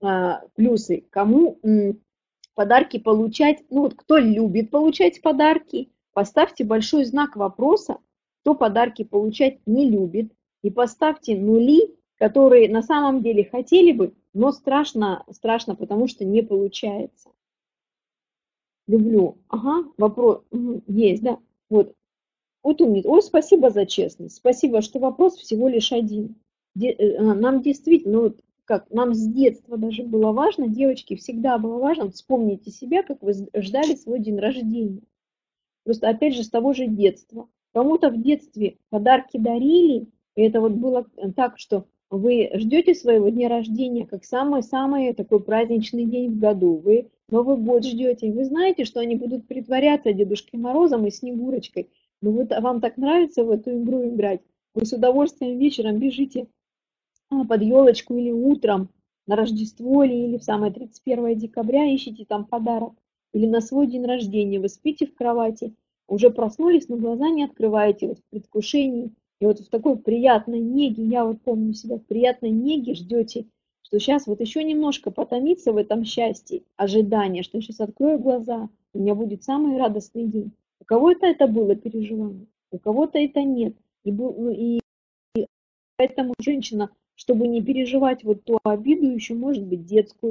кому подарки получать. Ну вот кто любит получать подарки, поставьте большой знак вопроса, кто подарки получать не любит. И поставьте нули, которые на самом деле хотели бы, но страшно, потому что не получается. Люблю. Ага, вопрос есть, да. Вот умница. Ой, спасибо за честность. Спасибо, что вопрос всего лишь один. Нам действительно, ну, как нам с детства даже было важно, девочки, всегда было важно, вспомните себя, как вы ждали свой день рождения. Просто опять же с того же детства. Кому-то в детстве подарки дарили, и это вот было так, что вы ждете своего дня рождения как самый-самый такой праздничный день в году. Вы Новый год ждете, и вы знаете, что они будут притворяться Дедушкой Морозом и Снегурочкой. Но вам так нравится в эту игру играть. Вы с удовольствием вечером бежите под елочку или утром на Рождество или в самое 31 декабря ищите там подарок. Или на свой день рождения вы спите в кровати, уже проснулись, но глаза не открываете вот в предвкушении. И вот в такой приятной неге, я вот помню себя, в приятной неге ждете, что сейчас вот еще немножко потомиться в этом счастье, ожидание, что я сейчас открою глаза, у меня будет самый радостный день. У кого-то это было переживание, у кого-то это нет. И поэтому женщина, чтобы не переживать вот ту обиду, еще может быть детскую,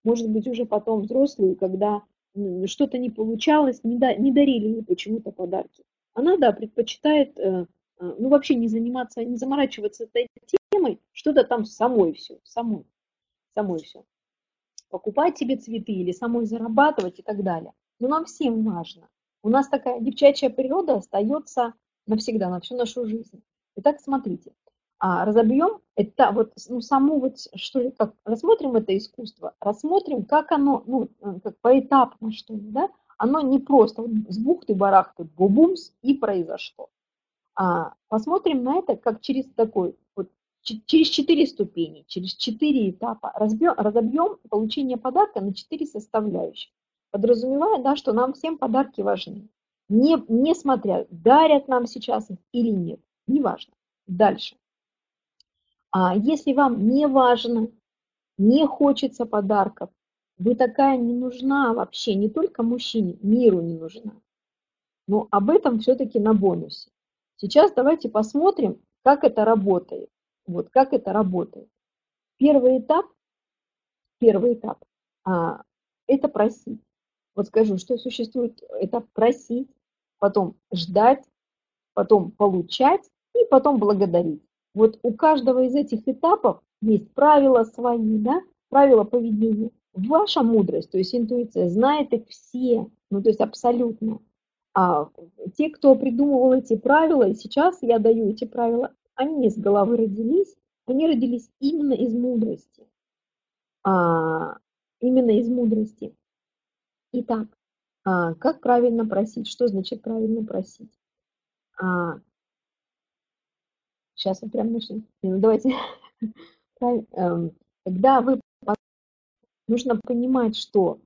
может быть, уже потом взрослую, когда что-то не получалось, не дарили ей почему-то подарки. Она, да, предпочитает, ну, вообще не заниматься, не заморачиваться этой темой, что-то там самой все, самой все. Покупать себе цветы или самой зарабатывать и так далее. Но нам всем важно. У нас такая девчачья природа остается навсегда, на всю нашу жизнь. Итак, смотрите, разобьем это вот, ну, само вот, что ли, как, рассмотрим это искусство, рассмотрим, как оно, ну, как поэтапно, что ли, да, оно не просто вот с бухты-барахты, бу-бумс и произошло. Посмотрим на это как через такой, вот, через 4 ступени, через 4 этапа. Разобьем получение подарка на 4 составляющих, подразумевая, да, что нам всем подарки важны. Несмотря, дарят нам сейчас их или нет, неважно. Дальше. Если вам не важно, не хочется подарков, вы такая не нужна вообще, не только мужчине, миру не нужна. Но об этом все-таки на бонусе. Сейчас давайте посмотрим, как это работает. Вот как это работает. Первый этап, это просить. Вот скажу, что существует этап просить, потом ждать, потом получать и потом благодарить. Вот у каждого из этих этапов есть правила свои, да, правила поведения. Ваша мудрость, то есть интуиция, знает их все, ну то есть абсолютно. А те, кто придумывал эти правила, и сейчас я даю эти правила, они не с головы родились, они родились именно из мудрости. Именно из мудрости. Итак, как правильно просить? Что значит правильно просить? Сейчас я прям начну. Ну, давайте. Когда вы... Нужно понимать, что,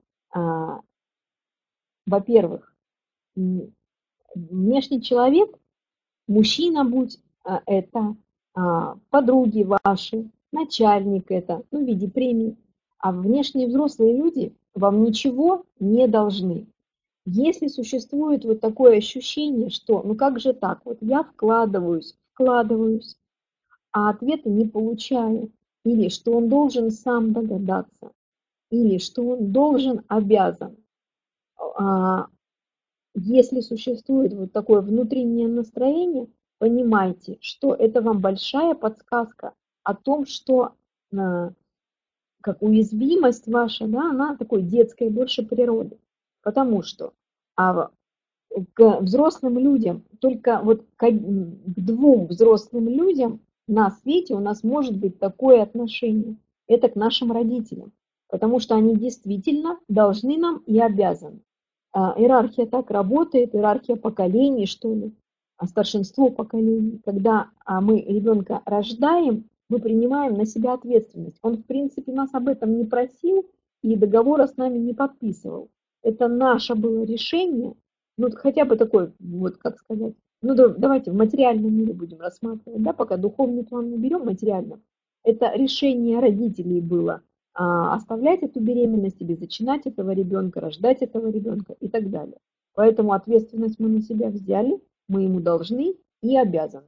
во-первых, внешний человек, мужчина будь, это подруги ваши, начальник это, ну, в виде премии, а внешние взрослые люди вам ничего не должны. Если существует вот такое ощущение, что ну как же так, вот я вкладываюсь, а ответа не получаю, или что он должен сам догадаться, или что он должен, обязан. Если существует вот такое внутреннее настроение, понимайте, что это вам большая подсказка о том, что как уязвимость ваша, да, она такой детской больше природы. Потому что к взрослым людям, только вот к двум взрослым людям на свете у нас может быть такое отношение. Это к нашим родителям, потому что они действительно должны нам и обязаны. Иерархия так работает, иерархия поколений, что ли, старшинство поколений. Когда мы ребенка рождаем, мы принимаем на себя ответственность. Он, в принципе, нас об этом не просил и договора с нами не подписывал. Это наше было решение, ну, хотя бы такой, вот как сказать, ну, давайте в материальном мире будем рассматривать, да, пока духовный план не берем, материально. Это решение родителей было оставлять эту беременность или зачинать этого ребенка, рождать этого ребенка и так далее. Поэтому ответственность мы на себя взяли, мы ему должны и обязаны.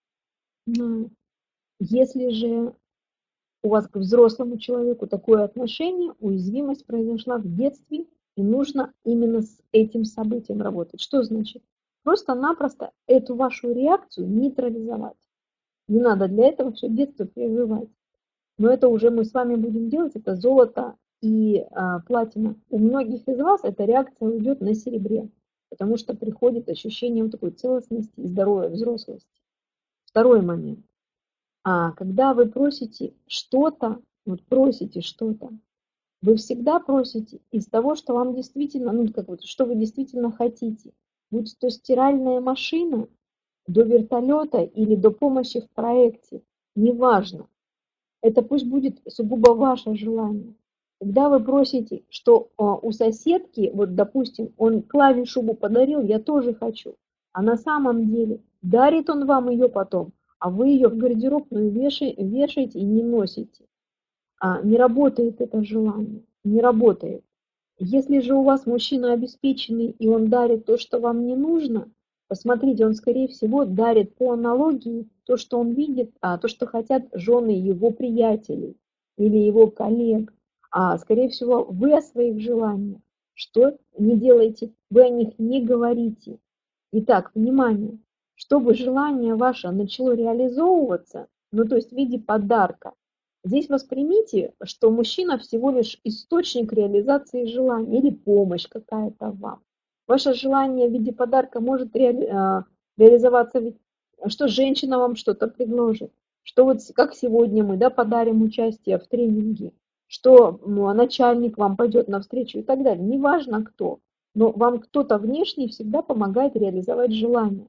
Если же у вас к взрослому человеку такое отношение, уязвимость произошла в детстве, и нужно именно с этим событием работать. Что значит? Просто-напросто эту вашу реакцию нейтрализовать. Не надо для этого все детство переживать. Но это уже мы с вами будем делать, это золото и платина. У многих из вас эта реакция уйдет на серебре, потому что приходит ощущение вот такой целостности и здоровой взрослости. Второй момент. Когда вы просите что-то, вот просите что-то, вы всегда просите из того, что вам действительно, ну как вот, что вы действительно хотите. Будь то стиральная машина, до вертолета или до помощи в проекте, неважно. Это пусть будет сугубо ваше желание. Когда вы просите, что у соседки, вот допустим, он клавишу бы подарил, я тоже хочу. А на самом деле дарит он вам ее потом, а вы ее в гардеробную вешаете и не носите. Не работает это желание, не работает. Если же у вас мужчина обеспеченный и он дарит то, что вам не нужно, посмотрите, он, скорее всего, дарит по аналогии то, что он видит, то, что хотят жены его приятелей или его коллег. а скорее всего вы о своих желаниях. Что не делаете? Вы о них не говорите. Итак, внимание, чтобы желание ваше начало реализовываться, ну то есть в виде подарка, здесь воспримите, что мужчина всего лишь источник реализации желания или помощь какая-то вам. Ваше желание в виде подарка может реализоваться, что женщина вам что-то предложит, что вот как сегодня мы, да, подарим участие в тренинге, что начальник вам пойдет навстречу и так далее. Неважно кто, но вам кто-то внешний всегда помогает реализовать желание.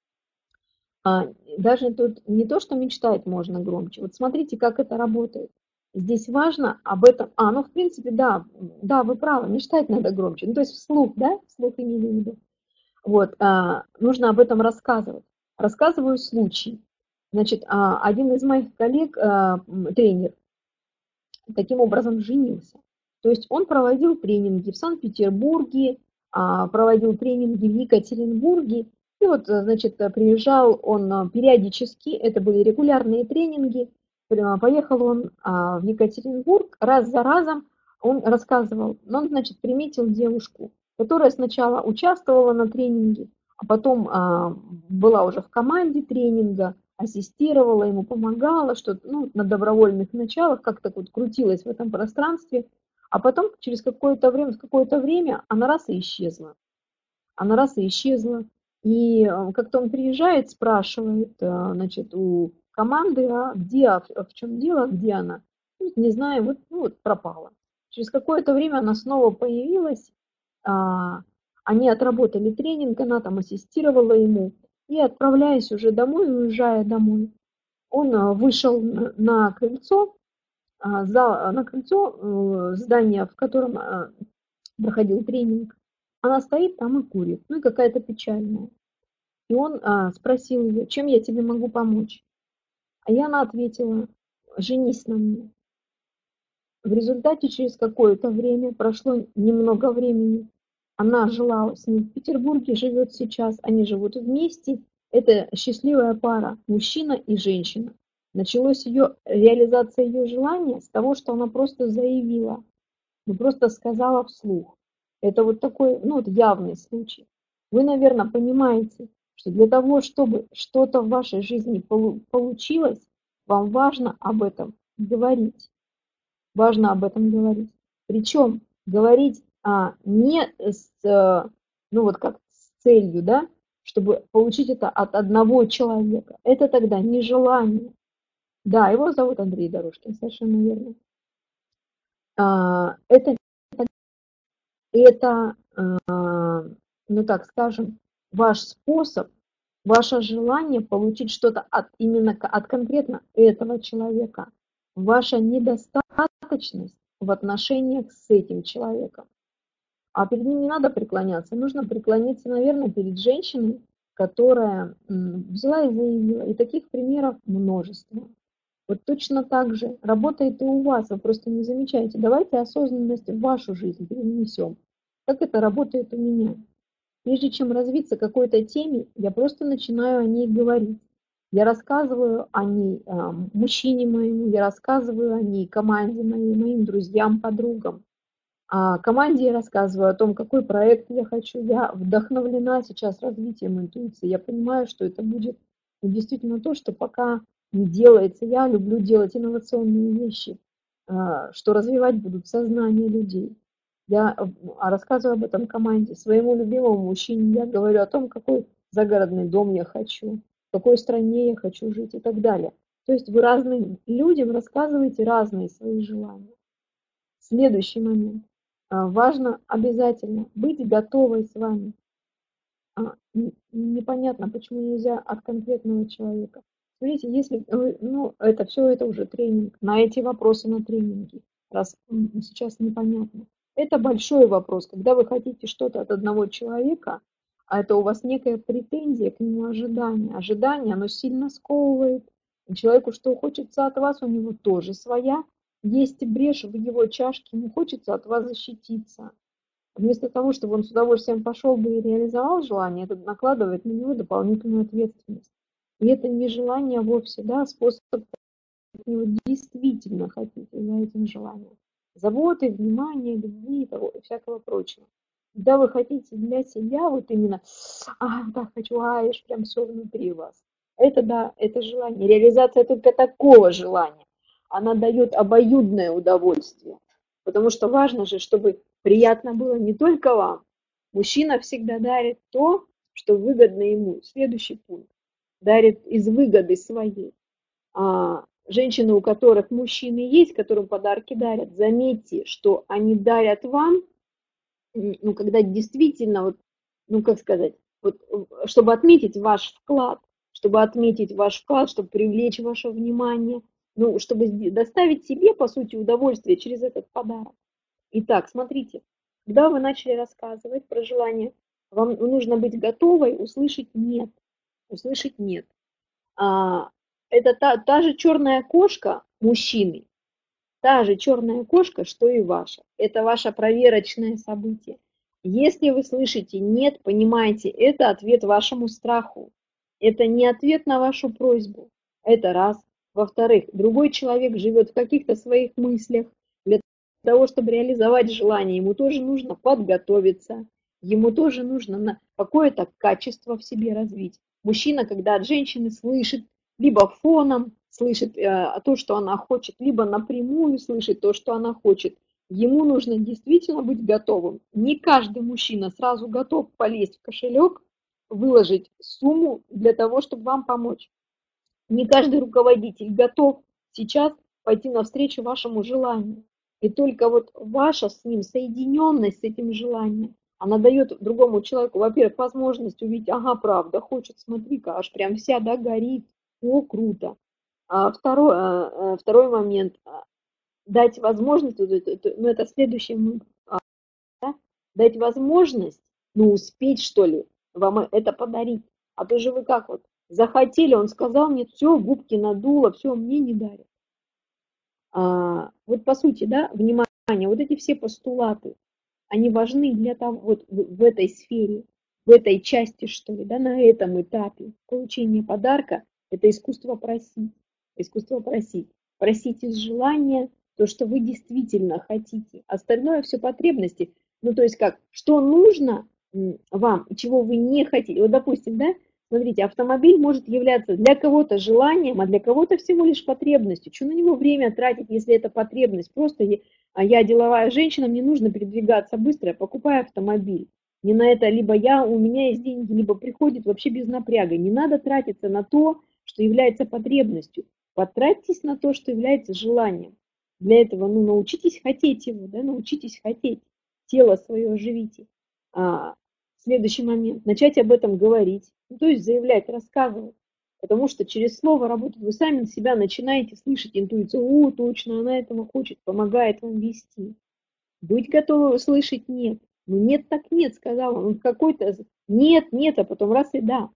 Даже тут не то, что мечтать можно громче. Вот смотрите, как это работает. Здесь важно об этом. Ну, в принципе, да, вы правы, мечтать надо громче. Ну, то есть вслух, да, вслух имели в виду. Вот, нужно об этом рассказывать. Рассказываю случай. Значит, один из моих коллег, тренер, таким образом женился. То есть он проводил тренинги в Санкт-Петербурге, проводил тренинги в Екатеринбурге. И вот, значит, приезжал он периодически, это были регулярные тренинги. Поехал он в Екатеринбург, раз за разом он рассказывал. Он, значит, приметил девушку, которая сначала участвовала на тренинге, а потом была уже в команде тренинга, ассистировала ему, помогала, что-то на добровольных началах как-то вот крутилась в этом пространстве, а потом через какое-то время она раз и исчезла. Она раз и исчезла. И как-то он приезжает, спрашивает, значит, у команды, где, в чем дело, где она? Не знаю, вот пропала. Через какое-то время она снова появилась, они отработали тренинг, она там ассистировала ему, и отправляясь уже домой, уезжая домой, он вышел на крыльцо, здания, в котором проходил тренинг. Она стоит там и курит, и какая-то печальная. И он спросил ее, чем я тебе могу помочь? И она ответила, женись на мне. В результате через какое-то время, прошло немного времени, она жила с ним в Петербурге, живет сейчас, они живут вместе. Это счастливая пара, мужчина и женщина. Началась реализация ее желания с того, что она просто заявила, просто сказала вслух. Это вот такой, вот явный случай. Вы, наверное, понимаете, что для того, чтобы что-то в вашей жизни получилось, вам важно об этом говорить. Важно об этом говорить. Причем говорить не как с целью, да, чтобы получить это от одного человека. Это тогда не желание. Да, его зовут Андрей Дорожкин, совершенно верно. Это, так скажем, ваш способ, ваше желание получить что-то именно от конкретно этого человека. Ваша недостаточность в отношениях с этим человеком. А перед ним не надо преклоняться. Нужно преклониться, наверное, перед женщиной, которая взяла и заявила. И таких примеров множество. Вот точно так же работает и у вас, вы просто не замечаете. Давайте осознанность в вашу жизнь перенесем. Как это работает у меня? Прежде чем развиться какой-то теме, я просто начинаю о ней говорить. Я рассказываю о ней мужчине моему, я рассказываю о ней команде моей, моим друзьям, подругам. А команде я рассказываю о том, какой проект я хочу. Я вдохновлена сейчас развитием интуиции. Я понимаю, что это будет действительно то, что пока не делается. Я люблю делать инновационные вещи, что развивать будут сознание людей. Я рассказываю об этом команде. Своему любимому мужчине я говорю о том, какой загородный дом я хочу, в какой стране я хочу жить и так далее. То есть вы разным людям рассказываете разные свои желания. Следующий момент. Важно обязательно быть готовой с вами. Непонятно, почему нельзя от конкретного человека. Смотрите, если это все это уже тренинг, на эти вопросы на тренинге, раз сейчас непонятно. Это большой вопрос, когда вы хотите что-то от одного человека, а это у вас некая претензия к нему, ожидание. Ожидание, оно сильно сковывает. И человеку, что хочется от вас, у него тоже своя. Есть брешь в его чашке, ему хочется от вас защититься. Вместо того, чтобы он с удовольствием пошел бы и реализовал желание, это накладывает на него дополнительную ответственность. И это не желание вовсе, да, способ, вы действительно хотите за этим желанием. заботы, внимания, любви и того, и всякого прочего. Когда вы хотите для себя вот именно, так хочу, аж прям все внутри вас. Это да, это желание. Реализация только такого желания. Она дает обоюдное удовольствие. Потому что важно же, чтобы приятно было не только вам. Мужчина всегда дарит то, что выгодно ему. Следующий пункт. Дарит из выгоды своей. Женщины, у которых мужчины есть, которым подарки дарят, заметьте, что они дарят вам, ну, когда действительно, вот, ну, как сказать, вот, чтобы отметить ваш вклад, чтобы привлечь ваше внимание, ну, чтобы доставить себе, по сути, удовольствие через этот подарок. Итак, смотрите, когда вы начали рассказывать про желание, вам нужно быть готовой услышать «нет». Услышать «нет». Это та же черная кошка мужчины, та же черная кошка, что и ваша. Это ваше проверочное событие. Если вы слышите «нет», понимаете, это ответ вашему страху. Это не ответ на вашу просьбу. Это раз. Во-вторых, другой человек живет в каких-то своих мыслях. Для того, чтобы реализовать желание, ему тоже нужно подготовиться. Ему тоже нужно какое-то качество в себе развить. Мужчина, когда от женщины слышит, либо фоном слышит то, что она хочет, либо напрямую слышит то, что она хочет. Ему нужно действительно быть готовым. Не каждый мужчина сразу готов полезть в кошелек, выложить сумму для того, чтобы вам помочь. Не каждый руководитель готов сейчас пойти навстречу вашему желанию. И только вот ваша с ним соединенность с этим желанием, она дает другому человеку, во-первых, возможность увидеть, ага, правда, хочет, смотри-ка, аж прям вся, да, горит, о, круто. Второй момент, дать возможность, ну, это следующий, да, дать возможность, ну, успеть, что ли, вам это подарить. А то же вы как вот, захотели, он сказал, нет, все, губки надуло, все, мне не дарят. Вот по сути, да, внимание, вот эти все постулаты, они важны для того, вот в этой сфере, в этой части, что ли, да, на этом этапе получения подарка, это искусство просить. Искусство просить. Просить из желания то, что вы действительно хотите. Остальное все потребности. Ну, то есть как, что нужно вам, чего вы не хотите. Вот, допустим, да, смотрите, автомобиль может являться для кого-то желанием, а для кого-то всего лишь потребностью. Что на него время тратить, если это потребность? Просто я деловая женщина, мне нужно передвигаться быстро, я покупаю автомобиль. Не на это либо у меня есть деньги, либо приходит вообще без напряга. Не надо тратиться на то, что является потребностью. Потратьтесь на то, что является желанием. Для этого, ну, научитесь хотеть его, да, научитесь хотеть. Тело свое оживите. Следующий момент. Начать об этом говорить. Ну, то есть заявлять, рассказывать. Потому что через слово работает. Вы сами себя начинаете слышать интуицию. О, точно, она этого хочет, помогает вам вести. Быть готовы услышать нет. Ну нет так нет, сказал он. Он какой-то нет, нет, а потом раз и да.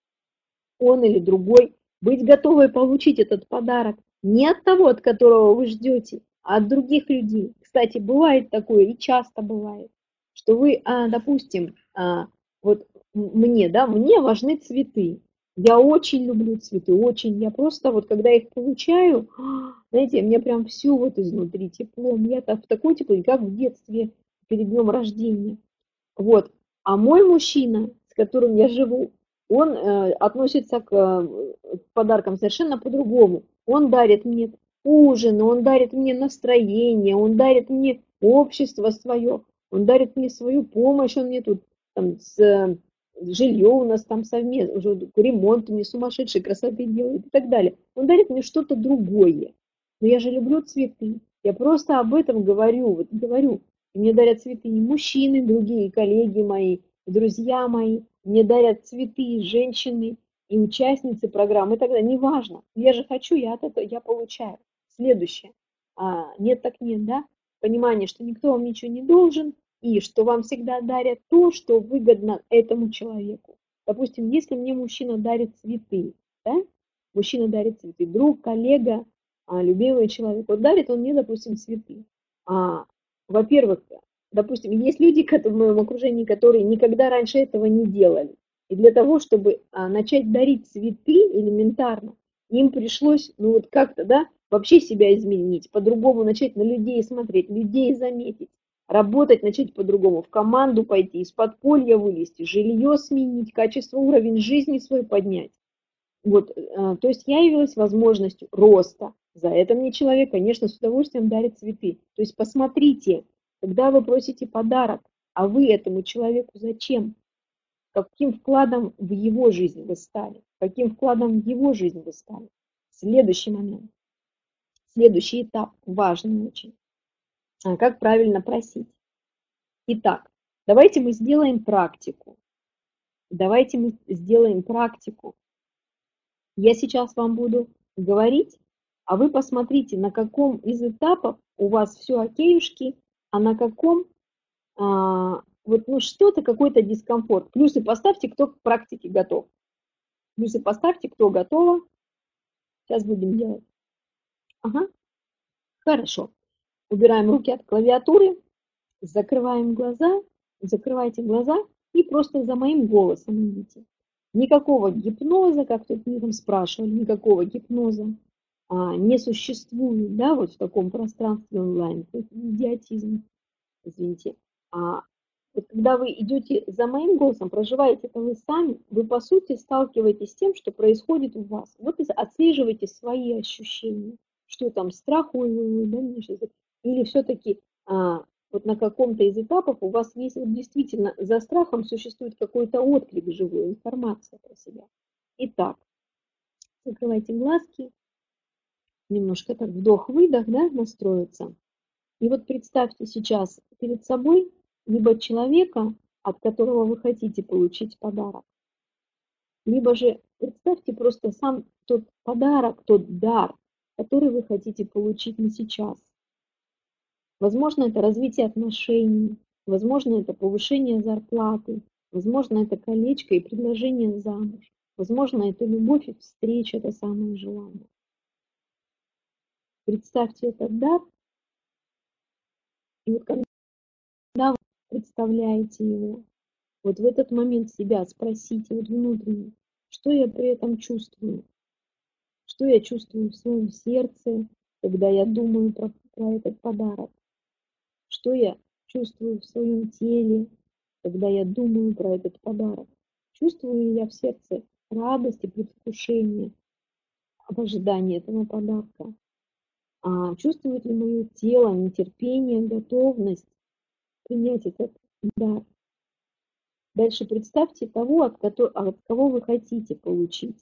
Он или другой. Быть готовой получить этот подарок не от того, от которого вы ждете, а от других людей. Кстати, бывает такое, и часто бывает, что вы, допустим, вот мне, да, мне важны цветы. Я очень люблю цветы, очень. Я просто вот, когда их получаю, знаете, мне прям все вот изнутри тепло. Я так в такой тепло, как в детстве перед днем рождения. Вот. А мой мужчина, с которым я живу, он относится к подаркам совершенно по-другому. Он дарит мне ужин, он дарит мне настроение, он дарит мне общество свое, он дарит мне свою помощь, он мне тут там, жилье у нас там совместно, уже ремонт мне сумасшедшей красоты делает и так далее. Он дарит мне что-то другое. Но я же люблю цветы. Я просто об этом говорю, вот говорю. Мне дарят цветы и мужчины, другие коллеги мои, друзья мои. Мне дарят цветы женщины и участницы программы и так далее. Неважно. Я же хочу, я от этого я получаю. Следующее. Нет так нет, да? Понимание, что никто вам ничего не должен, и что вам всегда дарят то, что выгодно этому человеку. Допустим, если мне мужчина дарит цветы, да? Мужчина дарит цветы, друг, коллега, любимый человек, вот дарит он мне, допустим, цветы. Во-первых, допустим, есть люди в моем окружении, которые никогда раньше этого не делали. И для того, чтобы начать дарить цветы элементарно, им пришлось, ну вот как-то, да, вообще себя изменить, по-другому начать на людей смотреть, людей заметить, работать начать по-другому, в команду пойти, из подполья вылезти, жилье сменить, качество, уровень жизни свой поднять. Вот, то есть я явилась возможностью роста. За это мне человек, конечно, с удовольствием дарит цветы. То есть посмотрите, когда вы просите подарок, а вы этому человеку зачем? Каким вкладом в его жизнь вы стали? Каким вкладом в его жизнь вы стали? Следующий момент, следующий этап, важный очень. Как правильно просить? Итак, давайте мы сделаем практику. Давайте мы сделаем практику. Я сейчас вам буду говорить, а вы посмотрите, на каком из этапов у вас все окейушки, а на каком вот ну что-то, какой-то дискомфорт. Плюсы поставьте, кто к практике готов. Плюсы поставьте, кто готова. Сейчас будем делать. Ага, хорошо. Убираем руки от клавиатуры, закрываем глаза, закрывайте глаза и просто за моим голосом идите. Никакого гипноза, как тут мне там спрашивали, никакого гипноза не существует, да, вот в таком пространстве онлайн. Это идиотизм, извините. Вот когда вы идете за моим голосом, проживаете это вы сами, вы по сути сталкиваетесь с тем, что происходит у вас. Вот и отслеживайте свои ощущения, что там страх, ой, да, мне сейчас... Или все-таки вот на каком-то из этапов у вас есть вот действительно за страхом существует какой-то отклик живой, информация про себя. Итак, закрывайте глазки, немножко так вдох-выдох, да, настроиться. И вот представьте сейчас перед собой либо человека, от которого вы хотите получить подарок, либо же представьте просто сам тот подарок, тот дар, который вы хотите получить на сейчас. Возможно, это развитие отношений, возможно, это повышение зарплаты, возможно, это колечко и предложение замуж, возможно, это любовь и встреча, это самое желанное. Представьте этот дар, и вот когда вы представляете его, вот в этот момент себя спросите, вот внутренне, что я при этом чувствую, что я чувствую в своем сердце, когда я думаю про этот подарок, что я чувствую в своем теле, когда я думаю про этот подарок. Чувствую ли я в сердце радость и предвкушение в ожидании этого подарка? Чувствует ли мое тело нетерпение, готовность принять этот дар? Дальше представьте того, от кого вы хотите получить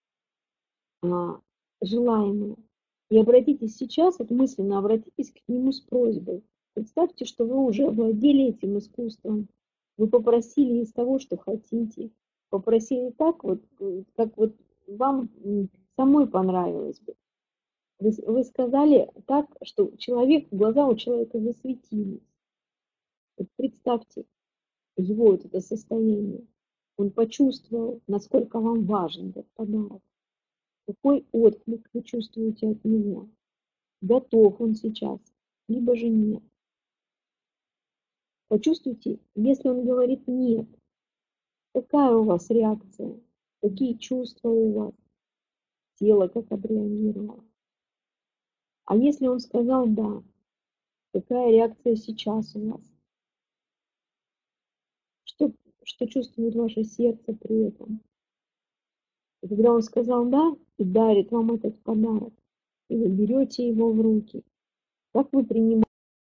желаемое. И обратитесь сейчас, вот мысленно обратитесь к нему с просьбой. Представьте, что вы уже овладели этим искусством. Вы попросили из того, что хотите. Попросили так, вот, как вот вам самой понравилось бы. Вы сказали так, что глаза у человека засветились. Вот представьте его вот это состояние. Он почувствовал, насколько вам важен этот подарок. Какой отклик вы чувствуете от него? Готов он сейчас, либо же нет. Почувствуйте, если он говорит нет, какая у вас реакция, какие чувства у вас, тело как отреагировало. А если он сказал да, какая реакция сейчас у вас? Что, что чувствует ваше сердце при этом? И когда он сказал да и дарит вам этот подарок, и вы берете его в руки, как вы принимаете,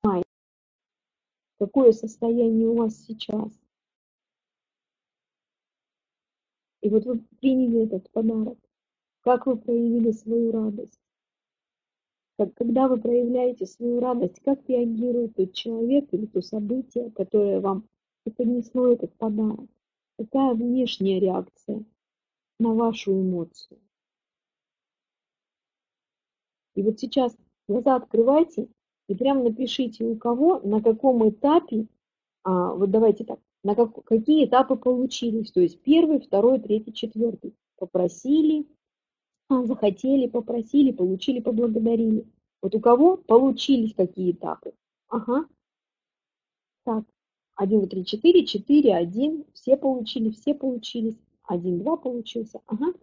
какое состояние у вас сейчас? И вот вы приняли этот подарок. Как вы проявили свою радость? Когда вы проявляете свою радость, как реагирует тот человек или то событие, которое вам преподнесло этот подарок? Какая внешняя реакция на вашу эмоцию? И вот сейчас глаза открывайте и прям напишите, у кого, на каком этапе, вот давайте так, какие этапы получились, то есть первый, второй, третий, четвертый. Попросили, захотели, попросили, получили, поблагодарили. Вот у кого получились какие этапы? Ага, так, 1, 2, 3, 4, 4, 1, все получили, все получились, 1, 2 получился, ага.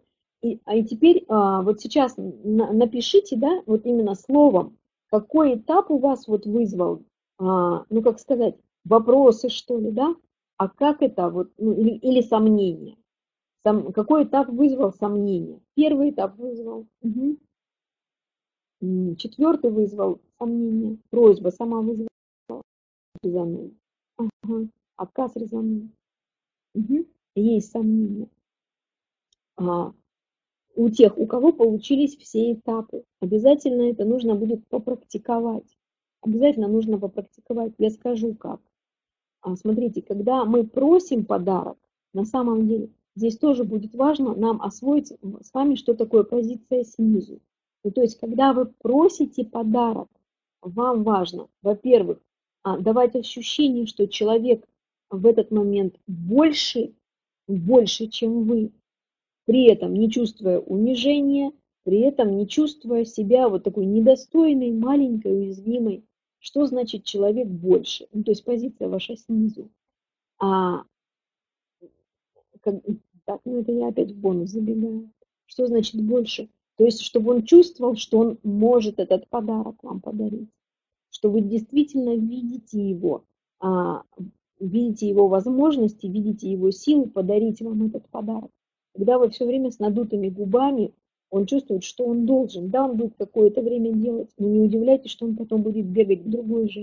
И теперь вот сейчас напишите, да, вот именно словом, какой этап у вас вот вызвал, ну как сказать, вопросы что ли, да, а как это вот, ну, или сомнения. Какой этап вызвал сомнения? Первый этап вызвал. Мгм. Четвертый вызвал сомнения. Просьба сама вызвала резонанс. Ага. Отказ резонанс. Мгм. Есть сомнения. А, у тех, у кого получились все этапы. Обязательно это нужно будет попрактиковать. Обязательно нужно попрактиковать. Я скажу как. Смотрите, когда мы просим подарок, на самом деле, здесь тоже будет важно нам освоить с вами, что такое позиция снизу. Ну, то есть, когда вы просите подарок, вам важно, во-первых, давать ощущение, что человек в этот момент больше, чем вы, при этом не чувствуя унижения, при этом не чувствуя себя вот такой недостойной, маленькой, уязвимой. Что значит человек больше? Ну, то есть позиция ваша снизу. А, как, так, ну это я опять в бонус забегаю. Что значит больше? То есть, чтобы он чувствовал, что он может этот подарок вам подарить, что вы действительно а, видите его возможности, видите его силу подарить вам этот подарок. Когда вы все время с надутыми губами, он чувствует, что он должен. Да, он будет какое-то время делать, но не удивляйтесь, что он потом будет бегать к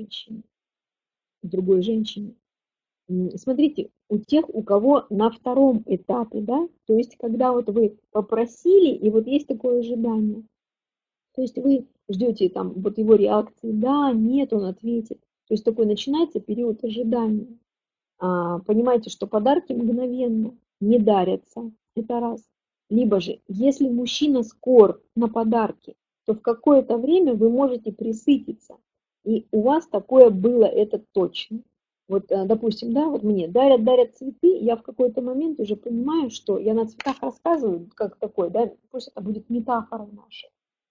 другой женщине. Смотрите, у тех, у кого на втором этапе, да, то есть когда вот вы попросили, и вот есть такое ожидание, то есть вы ждете там вот его реакции, да, нет, он ответит. То есть такой начинается период ожидания. Понимаете, что подарки мгновенно не дарятся, это раз. Либо же, если мужчина скор на подарки, то в какое-то время вы можете присытиться. И у вас такое было, это точно. Вот, допустим, да, вот мне дарят цветы, я в какой-то момент уже понимаю, что я на цветах рассказываю, как такой, да, пусть это будет метафора наша,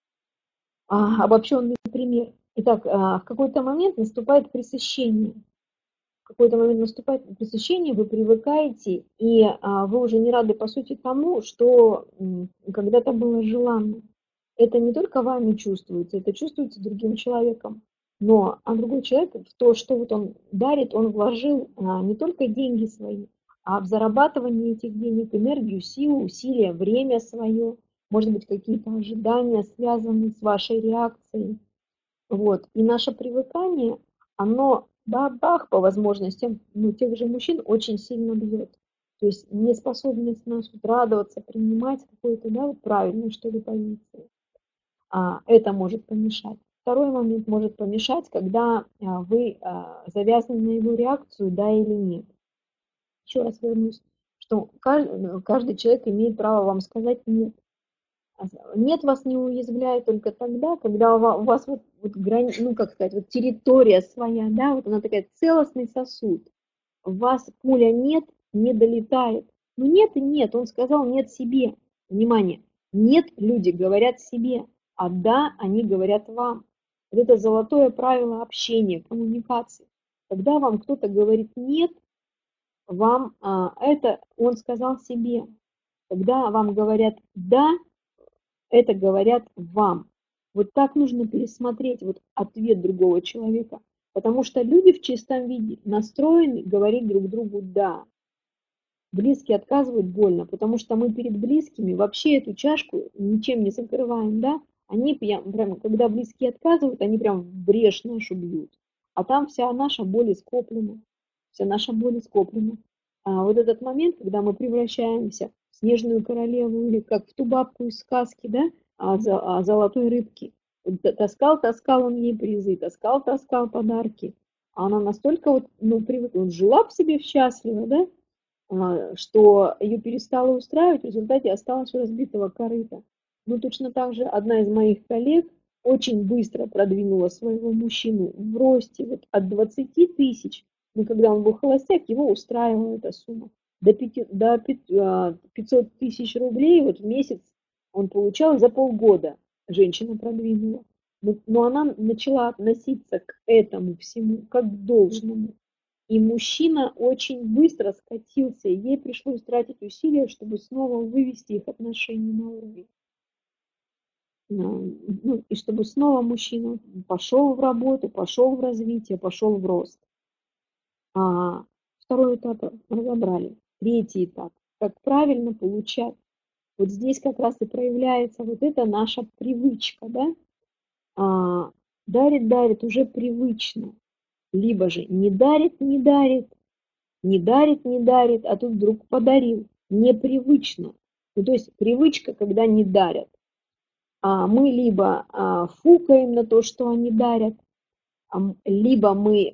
обобщенный пример. Итак, в какой-то момент наступает пресыщение. В какой-то момент наступает пресыщение, вы привыкаете, и вы уже не рады, по сути, тому, что когда-то было желанно. Это не только вами чувствуется, это чувствуется другим человеком. Но другой человек в то, что вот он дарит, он вложил не только деньги свои, а в зарабатывание этих денег, энергию, силу, усилия, время свое, может быть, какие-то ожидания, связанные с вашей реакцией. Вот. И наше привыкание, оно бабах по возможностям, ну, тех же мужчин очень сильно бьет. То есть неспособность нас вот радоваться, принимать какую-то, да, вот правильную, что ли, позицию. Это может помешать. Второй момент может помешать, когда вы завязаны на его реакцию, да или нет. Еще раз вернусь, что каждый человек имеет право вам сказать нет. Нет, вас не уязвляет только тогда, когда у вас вот ну как сказать, вот территория своя, да, вот она такая целостный сосуд. У вас пуля нет, не долетает. Ну нет и нет, он сказал нет себе. Внимание, нет люди говорят себе, а да, они говорят вам. Вот это золотое правило общения, коммуникации. Когда вам кто-то говорит нет, вам это он сказал себе. Когда вам говорят да, это говорят вам. Вот так нужно пересмотреть вот ответ другого человека. Потому что люди в чистом виде настроены говорить друг другу «да». Близкие отказывают больно, потому что мы перед близкими вообще эту чашку ничем не закрываем, да? Они прям, когда близкие отказывают, они прям в брешь нашу бьют. А там вся наша боль скоплена. Вся наша боль скоплена. Вот этот момент, когда мы превращаемся в снежную королеву или как в ту бабку из сказки, да, о золотой рыбке. Таскал он ей призы, таскал подарки. А она настолько вот, ну, привыкла, вот жила в себе счастливо, да, что ее перестало устраивать, в результате осталась у разбитого корыта. Ну, точно так же одна из моих коллег очень быстро продвинула своего мужчину в росте вот от 20 тысяч, но когда он был холостяк, его устраивала эта сумма. До 500 тысяч рублей вот в месяц он получал за полгода, женщина продвинула. Но она начала относиться к этому всему как к должному. И мужчина очень быстро скатился, и ей пришлось тратить усилия, чтобы снова вывести их отношения на уровень. Ну, и чтобы снова мужчина пошел в работу, пошел в развитие, пошел в рост. Второй этап разобрали. Третий этап. Как правильно получать. Вот здесь как раз и проявляется вот эта наша привычка, да? Дарит уже привычно. Либо же не дарит, не дарит, не дарит, не дарит, а тут вдруг подарил. Непривычно. Ну, то есть привычка, когда не дарят. Мы либо фукаем на то, что они дарят, либо мы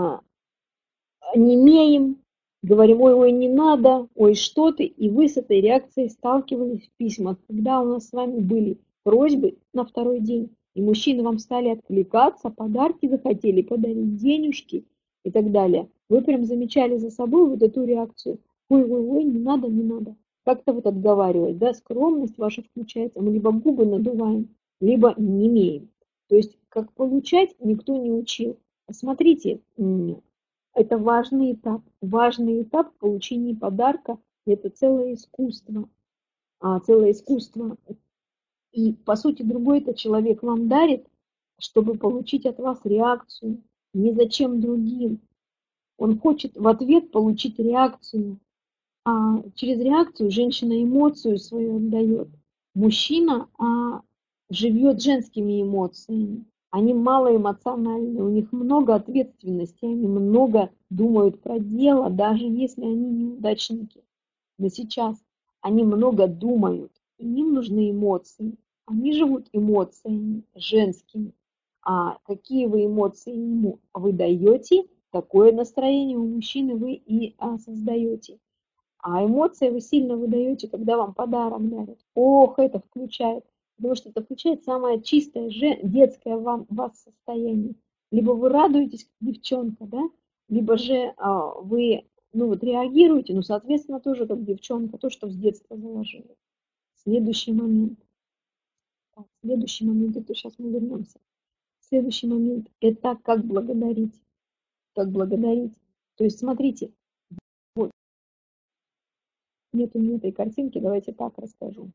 немеем, говорим, ой, не надо, ой, что ты. И вы с этой реакцией сталкивались в письмах, когда у нас с вами были просьбы на второй день, и мужчины вам стали откликаться, подарки захотели подарить, денежки и так далее. Вы прям замечали за собой вот эту реакцию. Ой, не надо, не надо. Как-то вот отговаривать, да, скромность ваша включается. Мы либо губы надуваем, либо немеем. То есть, как получать, никто не учил. Смотрите, это важный этап. Важный этап в получении подарка. Это целое искусство. Целое искусство. И, по сути, другой-то человек вам дарит, чтобы получить от вас реакцию. Не зачем другим. Он хочет в ответ получить реакцию. А через реакцию женщина эмоцию свою отдает. Мужчина живет женскими эмоциями. Они малоэмоциональны, у них много ответственности, они много думают про дело, даже если они неудачники. Но сейчас они много думают, и им нужны эмоции. Они живут эмоциями женскими. А какие вы эмоции ему вы даете, такое настроение у мужчины вы и создаете. А эмоции вы сильно выдаете, когда вам подарок дарят. Ох, это включает. Потому что это включает самое чистое, детское в вас состояние. Либо вы радуетесь, как девчонка, да? Либо же вы реагируете, соответственно, тоже как девчонка, то, что с детства заложили. Следующий момент. Следующий момент, это сейчас мы вернемся. Следующий момент, это как благодарить. Как благодарить. То есть, смотрите, вот, нет у меня этой картинки, давайте так расскажу.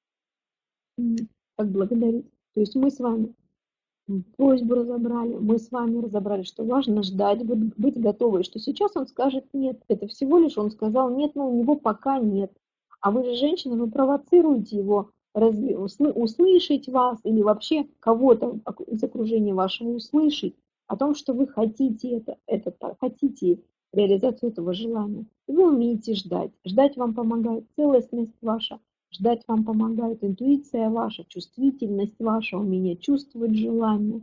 Как благодарить. То есть мы с вами просьбу разобрали, мы с вами разобрали, что важно ждать, быть готовой, что сейчас он скажет нет. Это всего лишь он сказал нет, но у него пока нет. А вы же женщина, вы провоцируете его услышать вас или вообще кого-то из окружения вашего услышать о том, что вы хотите хотите реализацию этого желания. И вы умеете ждать. Ждать вам помогает целостность ваша, ждать вам помогает интуиция ваша, чувствительность ваша, умение чувствовать желание,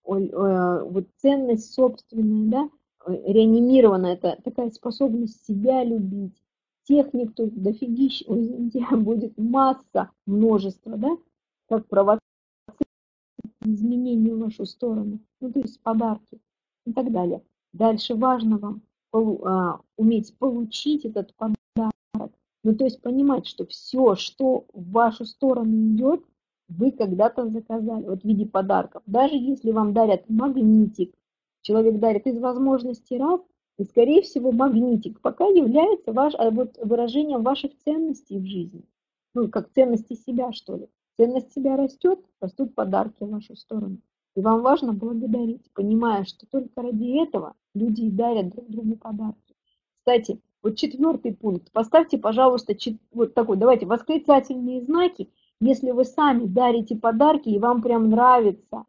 вот ценность собственная, да, реанимированная, это такая способность себя любить. Техник тут дофигища, будет масса, множество, да, как провоцировать изменения в вашу сторону, то есть подарки и так далее. Дальше важно вам уметь получить этот подарок, то есть понимать, что все, что в вашу сторону идет, вы когда-то заказали, вот в виде подарков. Даже если вам дарят магнитик, человек дарит из возможностей раз, и, скорее всего, магнитик пока является выражением ваших ценностей в жизни. Как ценности себя, что ли. Ценность себя растет, растут подарки в вашу сторону. И вам важно благодарить, понимая, что только ради этого люди и дарят друг другу подарки. Кстати, вот 4 пункт. Поставьте, пожалуйста, вот такой, давайте, восклицательные знаки, если вы сами дарите подарки и вам прям нравится,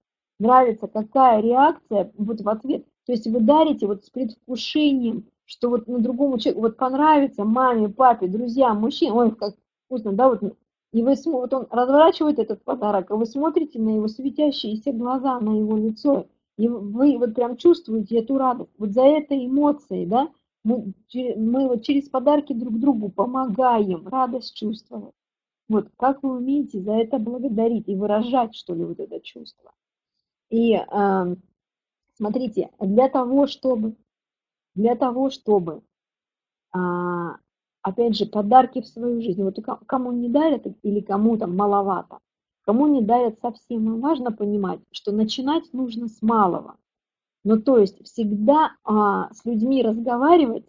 какая реакция вот в ответ. То есть вы дарите вот с предвкушением, что вот на другому человеку вот понравится маме, папе, друзьям, мужчине, ой, как вкусно, да, и вот он разворачивает этот подарок, а вы смотрите на его светящиеся глаза, на его лицо, и вы вот прям чувствуете эту радость. Вот за этой эмоцией, да, мы вот через подарки друг другу помогаем радость чувствовать. Вот как вы умеете за это благодарить и выражать, что ли, вот это чувство. И смотрите, для того, чтобы опять же, подарки в свою жизнь. Вот кому не дарят или кому там маловато, кому не дарят совсем, важно понимать, что начинать нужно с малого. Ну, то есть всегда с людьми разговаривать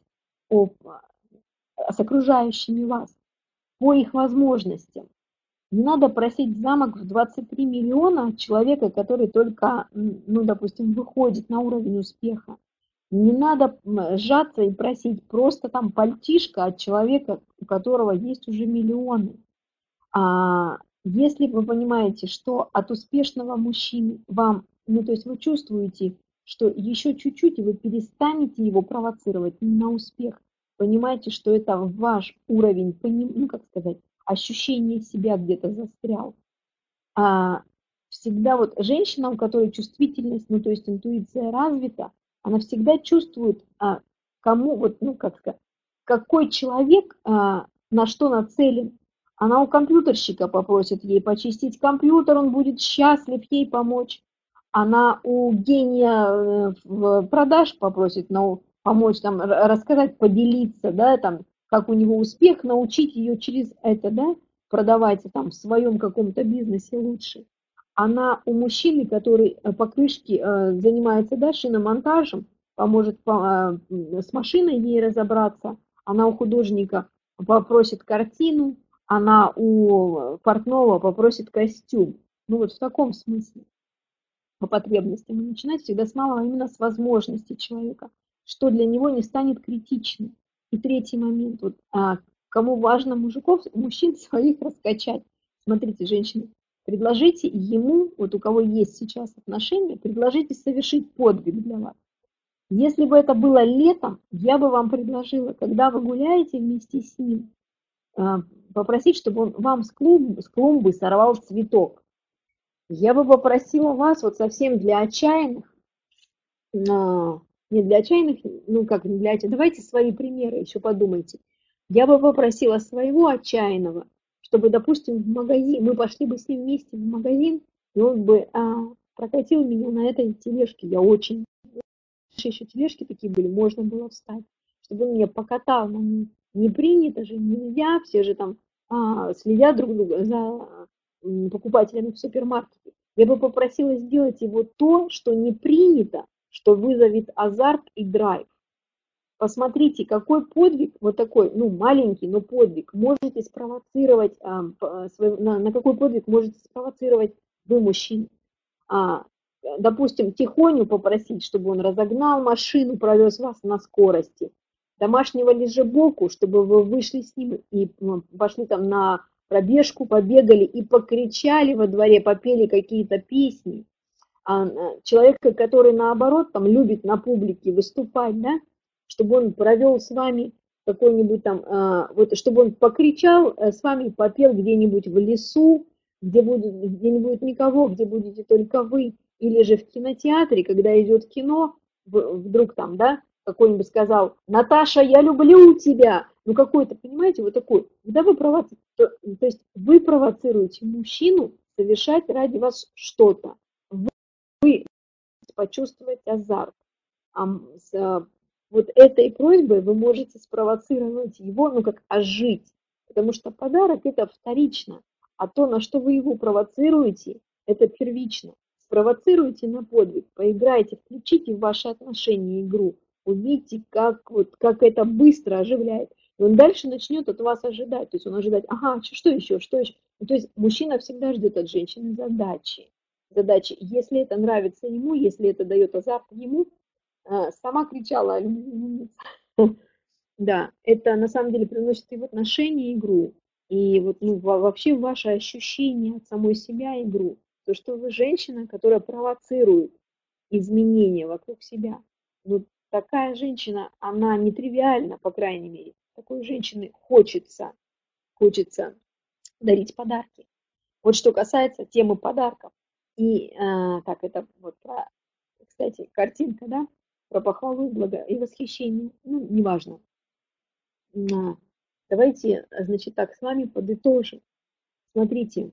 с окружающими вас по их возможностям. Не надо просить замок в 23 миллиона от человека, который только, ну, допустим, выходит на уровень успеха. Не надо сжаться и просить просто там пальтишко от человека, у которого есть уже миллионы. Если вы понимаете, что от успешного мужчины вам, ну, то есть вы чувствуете, что еще чуть-чуть, и вы перестанете его провоцировать на успех, понимаете, что это ваш уровень, ну, как сказать, ощущение себя где-то застрял. А всегда вот женщина, у которой чувствительность, ну, то есть интуиция развита, она всегда чувствует, кому, вот, ну, как сказать, какой человек на что нацелен. Она у компьютерщика попросит ей почистить компьютер, он будет счастлив ей помочь. Она у гения в продаж попросит помочь, там, рассказать, поделиться, да, там, как у него успех, научить ее через это, да, продавать там в своем каком-то бизнесе лучше. Она у мужчины, который по крышке занимается, да, шиномонтажем, поможет с машиной ей разобраться. Она у художника попросит картину, она у портного попросит костюм. Ну вот в таком смысле по потребностям. И начинать всегда с малого, именно с возможностей человека, что для него не станет критичным. И третий момент, вот, кому важно мужчин своих раскачать. Смотрите, женщины, предложите ему, вот у кого есть сейчас отношения, предложите совершить подвиг для вас. Если бы это было летом, я бы вам предложила, когда вы гуляете вместе с ним, попросить, чтобы он вам с клумбы сорвал цветок. Я бы попросила вас вот совсем для отчаянных, не для отчаянных, ну как не для отчаянных, давайте свои примеры еще подумайте. Я бы попросила своего отчаянного, чтобы, допустим, в магазин, мы пошли бы с ним вместе в магазин, и он бы прокатил меня на этой тележке. Я очень, еще тележки такие были, можно было встать, чтобы он меня покатал на ней. Не принято же, нельзя, все же там следят друг друга за покупателями в супермаркете. Я бы попросила сделать его то, что не принято, что вызовет азарт и драйв. Посмотрите, какой подвиг, вот такой, ну, маленький, но подвиг, можете спровоцировать, на какой подвиг можете спровоцировать вы, мужчина. Допустим, тихоню попросить, чтобы он разогнал машину, провез вас на скорости. Домашнего лежебоку, чтобы вы вышли с ним и пошли там на пробежку, побегали и покричали во дворе, попели какие-то песни. Человека, который наоборот там любит на публике выступать, да, чтобы он провел с вами какой-нибудь там, вот, чтобы он покричал с вами, попел где-нибудь в лесу, где не будет никого, где будете только вы, или же в кинотеатре, когда идет кино, вдруг там, да, какой-нибудь сказал: Наташа, я люблю тебя, ну какой-то, понимаете, вот такой, когда вы провоцируете, то есть вы провоцируете мужчину совершать ради вас что-то, вы почувствовать азарт. Вот этой просьбой вы можете спровоцировать его, ну как ожить, потому что подарок это вторично, а то, на что вы его провоцируете, это первично. Спровоцируйте на подвиг, поиграйте, включите в ваши отношения игру, увидите, как это быстро оживляет. И он дальше начнет от вас ожидать, то есть он ожидает, ага, что еще, что еще. Ну, то есть мужчина всегда ждет от женщины задачи. Если это нравится ему, если это дает азарт ему, сама кричала о любви. Да, это на самом деле приносит и в отношения игру, и вот, ну, вообще ваше ощущение от самой себя игру. То, что вы женщина, которая провоцирует изменения вокруг себя. Ну, такая женщина, она нетривиальна, по крайней мере. Такой женщине хочется дарить подарки. Вот что касается темы подарков. И так, это вот про, кстати, картинка, да, про похвалу и восхищение. Ну, неважно. Давайте, значит, так, с вами подытожим. Смотрите,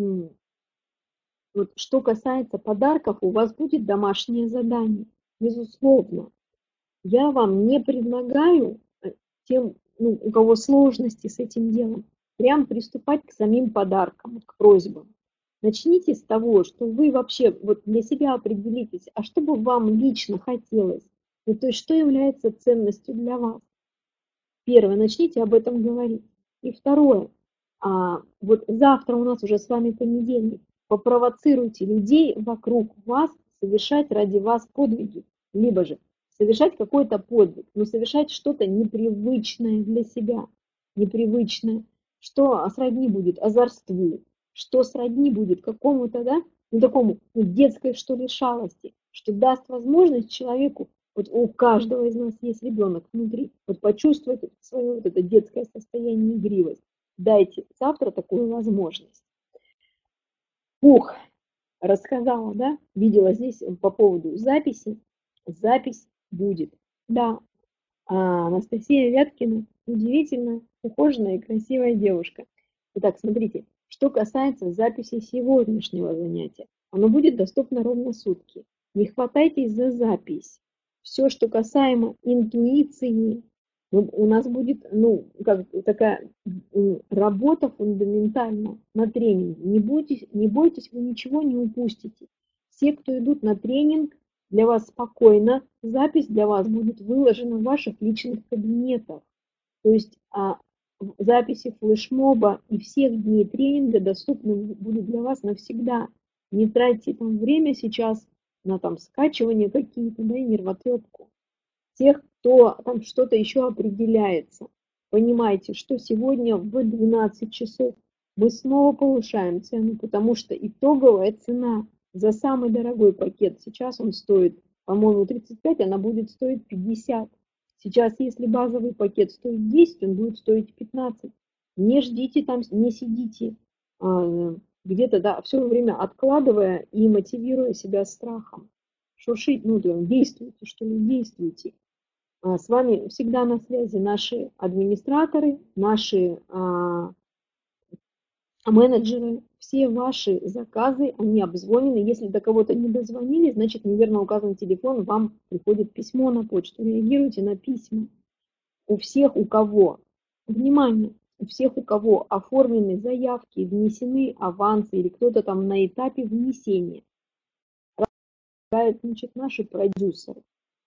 вот что касается подарков, у вас будет домашнее задание. Безусловно. Я вам не предлагаю тем, ну, у кого сложности с этим делом, прям приступать к самим подаркам, к просьбам. Начните с того, что вы вообще вот для себя определитесь, а что бы вам лично хотелось, ну, то есть что является ценностью для вас. Первое, начните об этом говорить. И второе, вот завтра у нас уже с вами понедельник, попровоцируйте людей вокруг вас совершать ради вас подвиги, либо же совершать какой-то подвиг, но совершать что-то непривычное для себя, непривычное, что сродни будет озорству, что сродни будет какому-то, да, ну, такому детской, что ли, шалости, что даст возможность человеку, вот у каждого из нас есть ребенок внутри, вот почувствовать свое вот это детское состояние, игривость. Дайте завтра такую возможность. Ух, рассказала, да, видела здесь по поводу записи, запись будет. Да, Анастасия Вяткина удивительно ухоженная и красивая девушка. Итак, смотрите, что касается записи сегодняшнего занятия, оно будет доступно ровно сутки. Не хватайтесь за запись. Все, что касаемо интуиции, у нас будет, ну, как такая работа фундаментальна на тренинге. Не бойтесь, вы ничего не упустите. Все, кто идут на тренинг, для вас спокойно, запись для вас будет выложена в ваших личных кабинетах. То есть записи флешмоба и всех дней тренинга доступны будут для вас навсегда. Не тратьте там время сейчас на там скачивание какие-то, да, и нервотрепку. Тех, кто там что-то еще определяется, понимайте, что сегодня в 12 часов мы снова повышаем цену, потому что итоговая цена за самый дорогой пакет, сейчас он стоит, по-моему, 35, она будет стоить 50. Сейчас, если базовый пакет стоит 10, он будет стоить 15. Не ждите там, не сидите где-то, да, все время откладывая и мотивируя себя страхом. Шуршить, ну, действуйте, что ли, действуйте. С вами всегда на связи наши администраторы, наши менеджеры, все ваши заказы, они обзвонены. Если до кого-то не дозвонили, значит неверно указан телефон, вам приходит письмо на почту. Реагируйте на письма. У всех, у кого, внимание, у всех, у кого оформлены заявки, внесены авансы или кто-то там на этапе внесения, значит, наши продюсеры.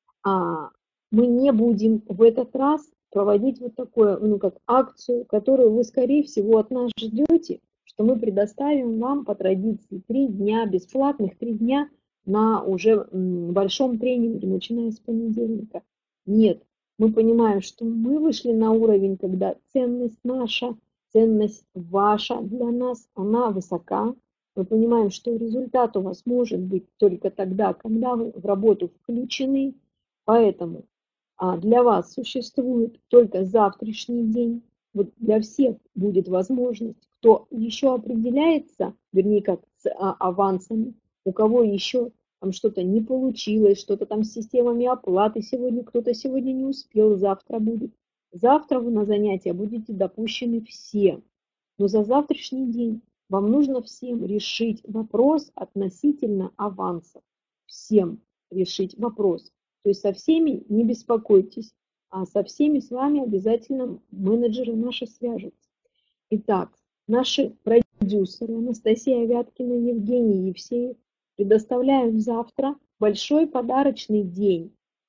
Мы не будем в этот раз проводить вот такую, ну, как акцию, которую вы, скорее всего, от нас ждете, что мы предоставим вам по традиции 3 дня, бесплатных 3 дня на уже большом тренинге, начиная с понедельника. Нет, мы понимаем, что мы вышли на уровень, когда ценность наша, ценность ваша для нас, она высока. Мы понимаем, что результат у вас может быть только тогда, когда вы в работу включены. Поэтому для вас существует только завтрашний день. Вот для всех будет возможность, кто еще определяется, вернее, как с авансами, у кого еще там что-то не получилось, что-то там с системами оплаты сегодня, кто-то сегодня не успел, завтра будет. Завтра вы на занятия будете допущены все. Но за завтрашний день вам нужно всем решить вопрос относительно авансов. Всем решить вопрос. То есть со всеми не беспокойтесь, а со всеми с вами обязательно менеджеры наши свяжутся. Итак, наши продюсеры Анастасия Вяткина и Евгений Евсеев предоставляют завтра большой подарочный день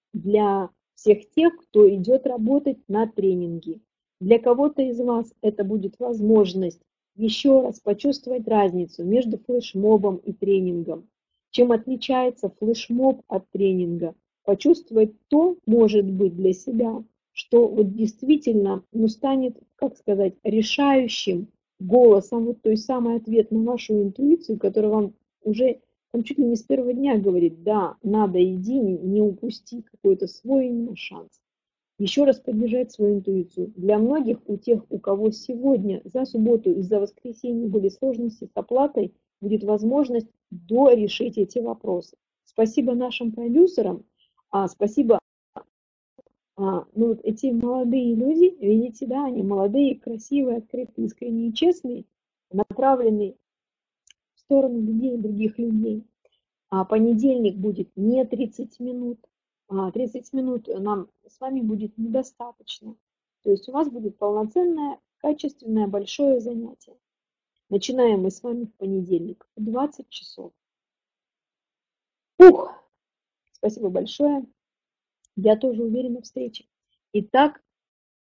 для всех тех, кто идет работать на тренинге. Для кого-то из вас это будет возможность еще раз почувствовать разницу между флешмобом и тренингом. Чем отличается флешмоб от тренинга? Почувствовать то, может быть, для себя, что вот действительно станет, как сказать, решающим голосом, вот той самый ответ на вашу интуицию, который вам уже там чуть ли не с первого дня говорит, да, надо, иди, не упусти какой-то свой шанс. Еще раз поддержать свою интуицию. Для многих, у тех, у кого сегодня за субботу и за воскресенье были сложности с оплатой, будет возможность дорешить эти вопросы. Спасибо нашим продюсерам, спасибо. Вот эти молодые люди, видите, да, они молодые, красивые, открытые, искренние, честные, направленные в сторону людей, других людей. Понедельник будет не 30 минут, 30 минут нам с вами будет недостаточно. То есть у вас будет полноценное, качественное, большое занятие. Начинаем мы с вами в понедельник в 20 часов. Спасибо большое. Я тоже уверена в встрече. Итак,